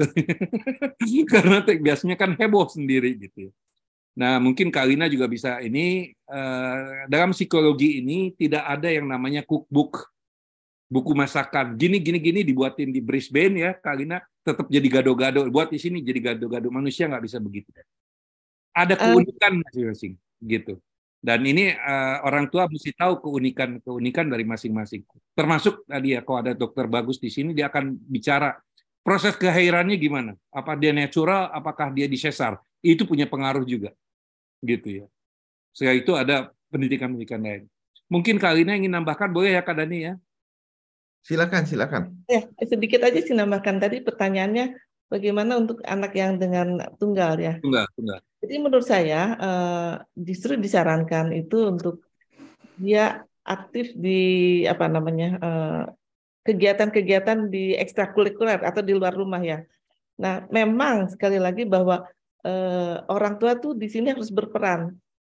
[SPEAKER 2] Karena biasanya kan heboh sendiri gitu. Nah, mungkin Kak Lina juga bisa ini, uh, dalam psikologi ini tidak ada yang namanya cookbook. Buku masakan gini gini gini dibuatin di Brisbane ya Kak Lina, tetap jadi gado-gado, buat di sini jadi gado-gado, manusia nggak bisa begitu, ada keunikan masing-masing gitu. Dan ini uh, orang tua mesti tahu keunikan keunikan dari masing-masing, termasuk tadi ya kalau ada dokter bagus di sini dia akan bicara proses kelahirannya gimana, apa dia natural, apakah dia disesar, itu punya pengaruh juga gitu ya. Setelah itu ada pendidikan-pendidikan lain. Mungkin Kak Lina ingin nambahkan, boleh ya Kak Dani ya?
[SPEAKER 1] Silakan, silakan.
[SPEAKER 4] Ya, sedikit aja sih nambahkan tadi pertanyaannya bagaimana untuk anak yang dengan tunggal ya.
[SPEAKER 2] Tunggal, tunggal.
[SPEAKER 4] Jadi menurut saya uh, justru disarankan itu untuk dia aktif di apa namanya uh, kegiatan-kegiatan di ekstrakurikuler atau di luar rumah ya. Nah, memang sekali lagi bahwa uh, orang tua tuh di sini harus berperan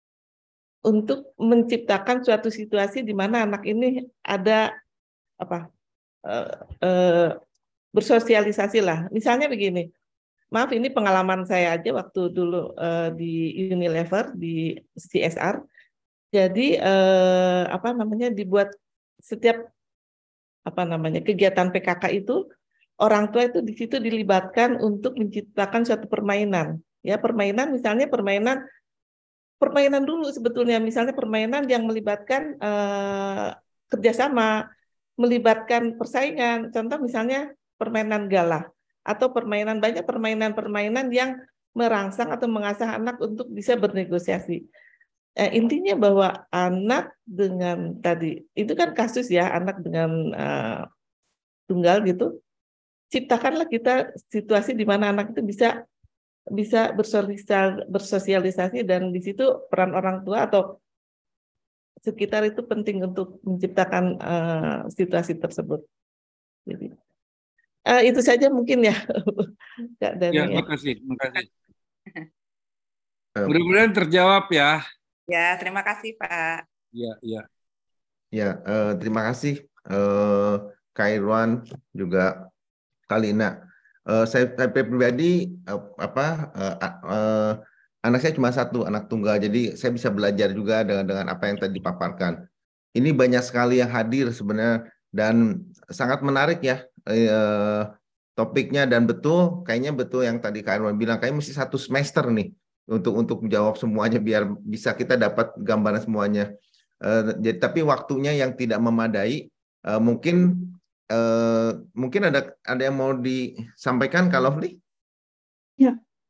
[SPEAKER 4] untuk menciptakan suatu situasi di mana anak ini ada apa? Uh, uh, bersosialisasi lah. Misalnya begini, maaf ini pengalaman saya aja waktu dulu uh, di Unilever di C S R. Jadi uh, apa namanya dibuat setiap apa namanya kegiatan P K K itu orang tua itu di situ dilibatkan untuk menciptakan suatu permainan. Ya permainan misalnya permainan permainan dulu sebetulnya misalnya permainan yang melibatkan uh, kerjasama, melibatkan persaingan, contoh misalnya permainan galah atau permainan banyak permainan-permainan yang merangsang atau mengasah anak untuk bisa bernegosiasi. Eh, intinya bahwa anak dengan tadi itu kan kasus ya anak dengan uh, tunggal gitu, ciptakanlah kita situasi di mana anak itu bisa bisa bersosialisasi dan di situ peran orang tua atau sekitar itu penting untuk menciptakan uh, situasi tersebut. Jadi uh, itu saja mungkin ya, Kak Dani.
[SPEAKER 2] Ya, makasih, makasih. Mudah-mudahan terjawab ya.
[SPEAKER 5] Ya, terima kasih Pak.
[SPEAKER 2] Ya, ya.
[SPEAKER 1] Ya, uh, terima kasih uh, Kak Irwan juga Kak Lina. Uh, saya, saya pribadi uh, apa uh, uh, anak saya cuma satu, anak tunggal, jadi saya bisa belajar juga dengan dengan apa yang tadi dipaparkan. Ini banyak sekali yang hadir sebenarnya dan sangat menarik ya eh, topiknya, dan betul, kayaknya betul yang tadi Kak Irwan bilang, kayaknya mesti satu semester nih untuk untuk menjawab semuanya biar bisa kita dapat gambaran semuanya. Eh, jadi, tapi waktunya yang tidak memadai, eh, mungkin eh, mungkin ada ada yang mau disampaikan Kak Lovely?
[SPEAKER 3] Ya.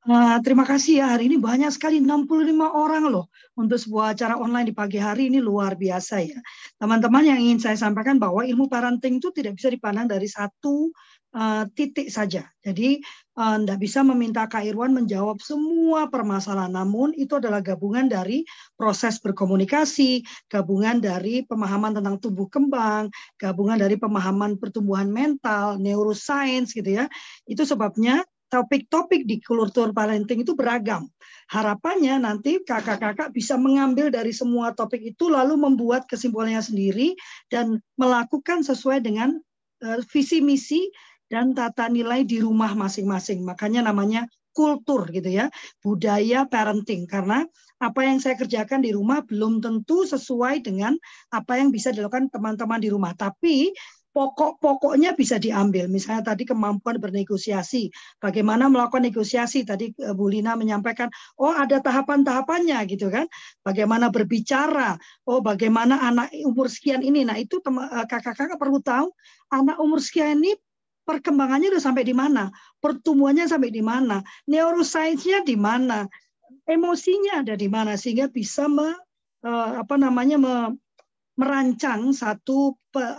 [SPEAKER 3] Uh, terima kasih ya, hari ini banyak sekali, enam puluh lima orang loh untuk sebuah acara online di pagi hari, ini luar biasa ya. Teman-teman, yang ingin saya sampaikan bahwa ilmu parenting itu tidak bisa dipandang dari satu uh, titik saja. Jadi tidak uh, bisa meminta Kak Irwan menjawab semua permasalahan, namun itu adalah gabungan dari proses berkomunikasi, gabungan dari pemahaman tentang tumbuh kembang, gabungan dari pemahaman pertumbuhan mental, neuroscience gitu ya. Itu sebabnya topik-topik di kultur parenting itu beragam. Harapannya nanti kakak-kakak bisa mengambil dari semua topik itu lalu membuat kesimpulannya sendiri dan melakukan sesuai dengan uh, visi misi dan tata nilai di rumah masing-masing. Makanya namanya kultur gitu ya, budaya parenting. Karena apa yang saya kerjakan di rumah belum tentu sesuai dengan apa yang bisa dilakukan teman-teman di rumah. Tapi pokok-pokoknya bisa diambil. Misalnya tadi kemampuan bernegosiasi. Bagaimana melakukan negosiasi. Tadi Bu Lina menyampaikan, oh ada tahapan-tahapannya gitu kan. Bagaimana berbicara. Oh bagaimana anak umur sekian ini. Nah itu kakak-kakak perlu tahu anak umur sekian ini perkembangannya udah sampai di mana. Pertumbuhannya sampai di mana. Neuroscience-nya di mana. Emosinya ada di mana. Sehingga bisa me, apa namanya me, merancang satu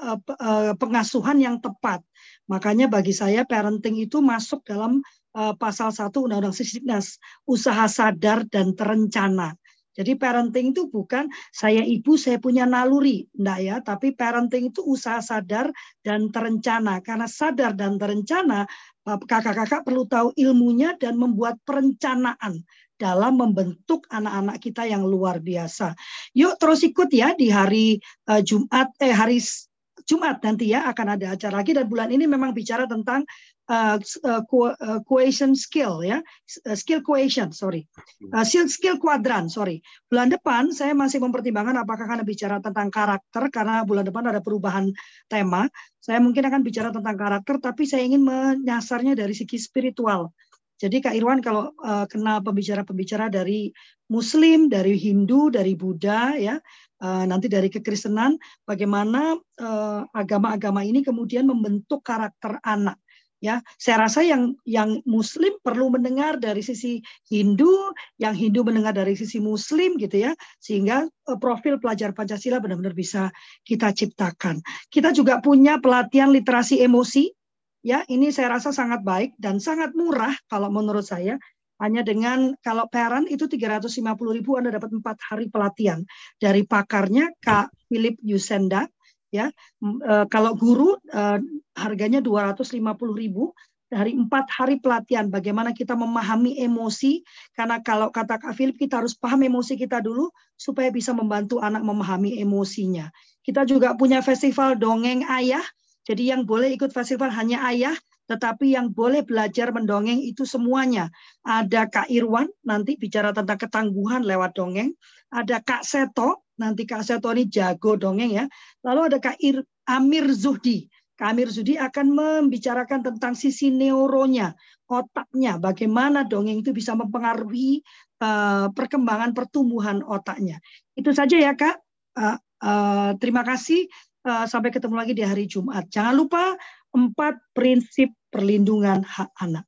[SPEAKER 3] pengasuhan yang tepat. Makanya bagi saya parenting itu masuk dalam pasal satu Undang-Undang Sisdiknas, usaha sadar dan terencana. Jadi parenting itu bukan saya ibu, saya punya naluri, enggak ya, tapi parenting itu usaha sadar dan terencana. Karena sadar dan terencana, kakak-kakak perlu tahu ilmunya dan membuat perencanaan dalam membentuk anak-anak kita yang luar biasa. Yuk terus ikut ya di hari uh, Jumat, eh hari Jumat nanti ya akan ada acara lagi, dan bulan ini memang bicara tentang uh, uh, quotient skill ya, uh, skill quotient, sorry, uh, skill skill kuadran, sorry. Bulan depan saya masih mempertimbangkan apakah akan bicara tentang karakter, karena bulan depan ada perubahan tema. Saya mungkin akan bicara tentang karakter, tapi saya ingin menyasarnya dari segi spiritual. Jadi Kak Irwan kalau uh, kenal pembicara-pembicara dari Muslim, dari Hindu, dari Buddha, ya, uh, nanti dari kekristenan, bagaimana uh, agama-agama ini kemudian membentuk karakter anak. Ya, saya rasa yang yang Muslim perlu mendengar dari sisi Hindu, yang Hindu mendengar dari sisi Muslim, gitu ya, sehingga uh, profil pelajar Pancasila benar-benar bisa kita ciptakan. Kita juga punya pelatihan literasi emosi. Ya, ini saya rasa sangat baik dan sangat murah kalau menurut saya. Hanya dengan kalau parent itu tiga ratus lima puluh ribu Anda dapat empat hari pelatihan dari pakarnya Kak Philip Yusenda. Ya, e, kalau guru e, harganya dua ratus lima puluh ribu dari empat hari pelatihan. Bagaimana kita memahami emosi? Karena kalau kata Kak Philip kita harus paham emosi kita dulu supaya bisa membantu anak memahami emosinya. Kita juga punya festival dongeng ayah. Jadi yang boleh ikut festival hanya ayah, tetapi yang boleh belajar mendongeng itu semuanya. Ada Kak Irwan, nanti bicara tentang ketangguhan lewat dongeng. Ada Kak Seto, nanti Kak Seto ini jago dongeng ya. Lalu ada Kak Ir, Amir Zuhdi. Kak Amir Zuhdi akan membicarakan tentang sisi neuronya, otaknya, bagaimana dongeng itu bisa mempengaruhi uh, perkembangan pertumbuhan otaknya. Itu saja ya Kak. Uh, uh, terima kasih. Uh, sampai ketemu lagi di hari Jumat. Jangan lupa empat prinsip perlindungan hak anak.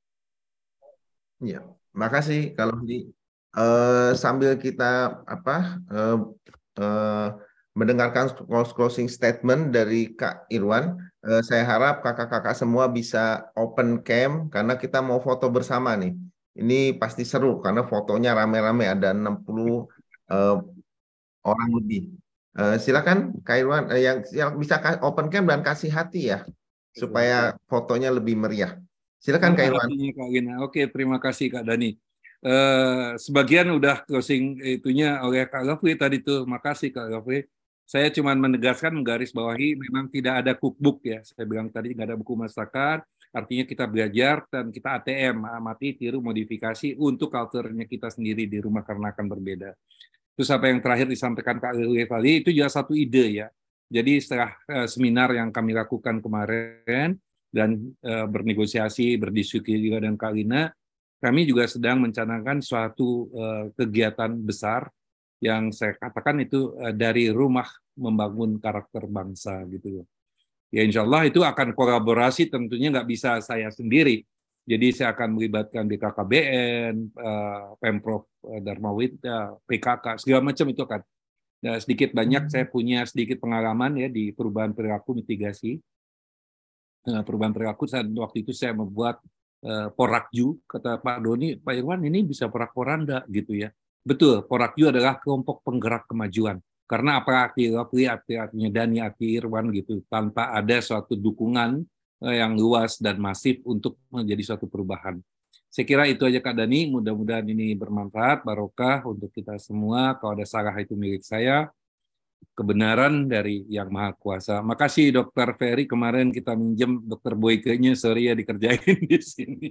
[SPEAKER 1] Ya, makasih kalau di uh, sambil kita apa uh, uh, mendengarkan closing statement dari Kak Irwan, uh, saya harap kakak-kakak semua bisa open cam karena kita mau foto bersama nih. Ini pasti seru karena fotonya rame-rame, ada enam puluh uh, orang lebih. Uh, silakan Kak Irwan, uh, yang, yang bisa open cam dan kasih hati ya, supaya fotonya lebih meriah. Silakan Kak Irwan.
[SPEAKER 2] Kak Gina. Oke, terima kasih Kak Dani. Uh, sebagian udah closing itunya oleh Kak Gafri tadi tuh, makasih Kak Gafri. Saya cuma menegaskan, menggarisbawahi, memang tidak ada cookbook ya. Saya bilang tadi nggak ada buku masakan, artinya kita belajar dan kita A T M, amati, tiru, modifikasi untuk culture-nya kita sendiri di rumah karena akan berbeda. Terus apa yang terakhir disampaikan Kak Lili itu juga satu ide ya. Jadi setelah uh, seminar yang kami lakukan kemarin dan uh, bernegosiasi, berdiskusi juga dengan Kak Lina, kami juga sedang mencanangkan suatu uh, kegiatan besar yang saya katakan itu uh, dari rumah membangun karakter bangsa gitu. Ya insya Allah itu akan kolaborasi, tentunya nggak bisa saya sendiri. Jadi saya akan melibatkan B K K B N, uh, Pemprov uh, Dharma Wita, P K K, segala macam itu kan. Nah, sedikit banyak saya punya sedikit pengalaman ya di perubahan perilaku mitigasi. Nah, perubahan perilaku saat waktu itu saya membuat uh, Porakju, kata Pak Doni, Pak Irwan ini bisa porak-poranda gitu ya. Betul, Porakju adalah kelompok penggerak kemajuan. Karena apa arti artinya Dani, arti Irwan gitu, tanpa ada suatu dukungan yang luas dan masif untuk menjadi suatu perubahan. Saya kira itu aja Kak Dani, mudah-mudahan ini bermanfaat, barokah untuk kita semua. Kalau ada salah itu milik saya, kebenaran dari Yang Maha Kuasa. Makasih Dokter Ferry, kemarin kita minjem Dokter Boyke-nya, sorry ya dikerjain di sini.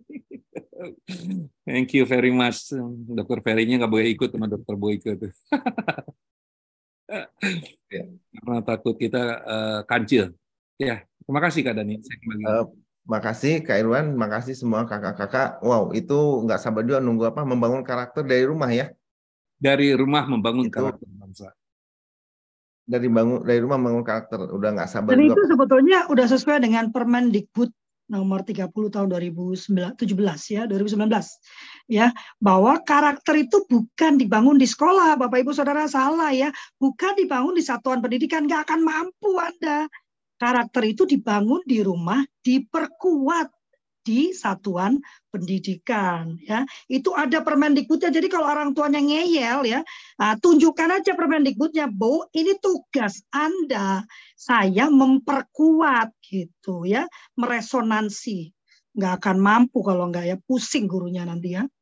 [SPEAKER 2] Thank you very much. Dokter Ferry-nya nggak boleh ikut sama Dokter Boyke tuh. Karena takut kita uh, kancil. Ya, terima kasih Kak Dani. Saya kembali.
[SPEAKER 1] Uh, makasih Kak Irwan, makasih semua kakak-kakak. Wow, itu nggak sabar juga nunggu apa membangun karakter dari rumah ya.
[SPEAKER 2] Dari rumah membangun
[SPEAKER 1] itu,
[SPEAKER 2] karakter bangsa.
[SPEAKER 1] Dari bangun dari rumah membangun karakter, udah nggak sabar.
[SPEAKER 3] Dan
[SPEAKER 1] juga.
[SPEAKER 3] itu sebetulnya udah sesuai dengan Permendikbud nomor tiga puluh tahun dua ribu tujuh belas ya, dua ribu sembilan belas ya, bahwa karakter itu bukan dibangun di sekolah, Bapak Ibu Saudara, salah ya, bukan dibangun di satuan pendidikan, nggak akan mampu Anda. Karakter itu dibangun di rumah, diperkuat di satuan pendidikan ya. Itu ada Permendikbudnya. Jadi kalau orang tuanya ngeyel ya, nah, tunjukkan aja Permendikbudnya, Bu, ini tugas Anda. Saya memperkuat gitu ya, meresonansi. Nggak akan mampu kalau nggak ya, pusing gurunya nanti ya.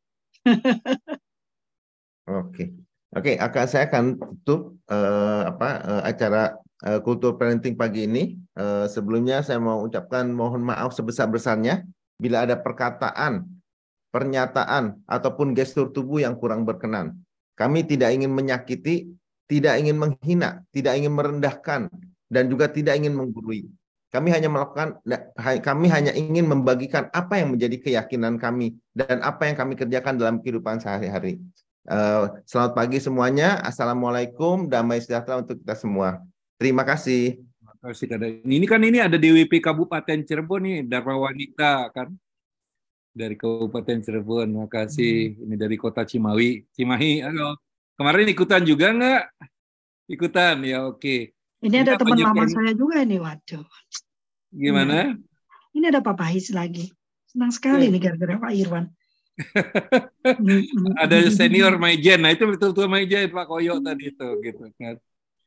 [SPEAKER 1] Oke. Oke, akan saya akan tutup uh, apa uh, acara Uh, kultur parenting pagi ini. Uh, sebelumnya saya mau ucapkan mohon maaf sebesar-besarnya bila ada perkataan, pernyataan, ataupun gestur tubuh yang kurang berkenan. Kami tidak ingin menyakiti, tidak ingin menghina, tidak ingin merendahkan, dan juga tidak ingin menggurui. Kami hanya melakukan, kami hanya ingin membagikan apa yang menjadi keyakinan kami dan apa yang kami kerjakan dalam kehidupan sehari-hari. Uh, selamat pagi semuanya. Assalamualaikum, damai sejahtera untuk kita semua. Terima kasih.
[SPEAKER 2] Terima kasih Kak Dani. Ini kan ini ada D W P Kabupaten Cirebon nih, Dharma Wanita kan. Dari Kabupaten Cirebon, terima kasih. Ini dari Kota Cimahi. Cimahi, halo. Kemarin ikutan juga nggak? Ikutan, ya oke.
[SPEAKER 3] Ini ada teman lama yang... saya juga ini, waduh.
[SPEAKER 2] Gimana?
[SPEAKER 3] Ini ada Pak Pahis lagi. Senang sekali ya. Nih gara-gara Pak Irwan.
[SPEAKER 2] Ada senior Maijen, nah itu betul-betul Maijen Pak Koyo tadi itu, gitu kan.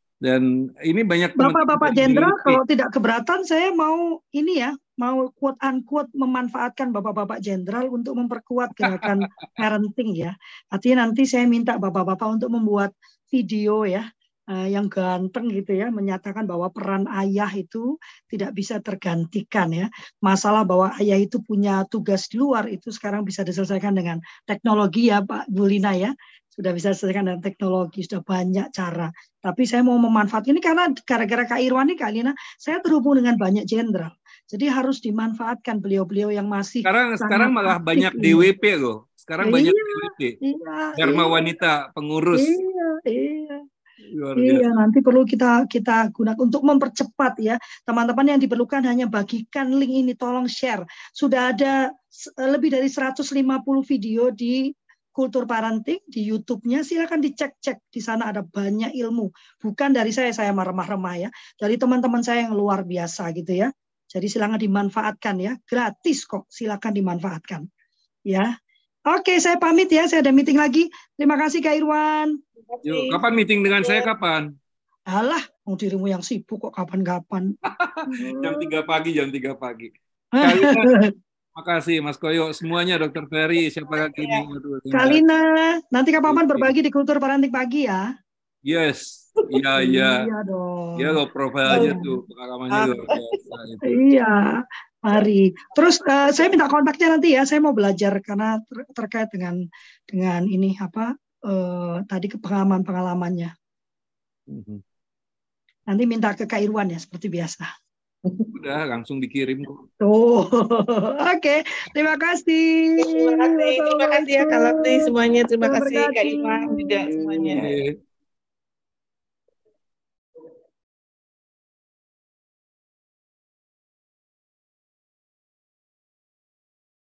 [SPEAKER 2] Dan ini banyak
[SPEAKER 3] Bapak-bapak jenderal kalau tidak keberatan saya mau ini ya, mau quote unquote memanfaatkan bapak-bapak jenderal untuk memperkuat gerakan parenting ya. Artinya nanti saya minta bapak-bapak untuk membuat video ya uh, yang ganteng gitu ya, menyatakan bahwa peran ayah itu tidak bisa tergantikan ya. Masalah bahwa ayah itu punya tugas di luar itu sekarang bisa diselesaikan dengan teknologi ya Pak Bulina ya. Sudah bisa diselesaikan dengan teknologi, sudah banyak cara. Tapi saya mau memanfaatkan ini karena gara-gara Kak Irwan ini, Kak Lina, saya terhubung dengan banyak jenderal. Jadi harus dimanfaatkan beliau-beliau yang masih
[SPEAKER 2] sekarang sekarang malah banyak D W P loh. Sekarang iya, banyak D W P. Iya, Dharma iya. Wanita pengurus.
[SPEAKER 3] Iya, iya. Iya, nanti perlu kita kita gunakan untuk mempercepat ya. Teman-teman yang diperlukan hanya bagikan link ini, tolong share. Sudah ada lebih dari seratus lima puluh video di Kultur Parenting di YouTube-nya, silakan dicek-cek. Di sana ada banyak ilmu. Bukan dari saya, saya remah-remah ya. Dari teman-teman saya yang luar biasa gitu ya. Jadi silakan dimanfaatkan ya. Gratis kok, silakan dimanfaatkan. Ya. Oke, saya pamit ya. Saya ada meeting lagi. Terima kasih Kak Irwan.
[SPEAKER 2] Yuk, kapan meeting dengan saya kapan?
[SPEAKER 3] Alah, mau dirimu yang sibuk kok kapan-kapan.
[SPEAKER 2] jam tiga pagi, jam tiga pagi. Kalian makasih Mas Koyo, semuanya Dokter Ferry, siapa lagi nih?
[SPEAKER 3] Kalina, nanti kapan-kapan berbagi di Kultur Parenting pagi ya.
[SPEAKER 2] Yes, iya iya.
[SPEAKER 3] Iya dong.
[SPEAKER 2] Iya loh profilnya oh. tuh, pengalamannya luar biasa itu.
[SPEAKER 3] Iya, mari. Terus uh, saya minta kontaknya nanti ya, saya mau belajar karena ter terkait dengan dengan ini apa uh, tadi pengalaman-pengalamannya. Mm-hmm. Nanti minta ke Kak Irwan ya seperti biasa.
[SPEAKER 2] Udah langsung dikirim kok.
[SPEAKER 3] Oh, oke. Okay. Terima kasih.
[SPEAKER 4] Terima kasih, terima kasih ya Kak Lafli semuanya. Terima kasih Kak Irwan juga semuanya.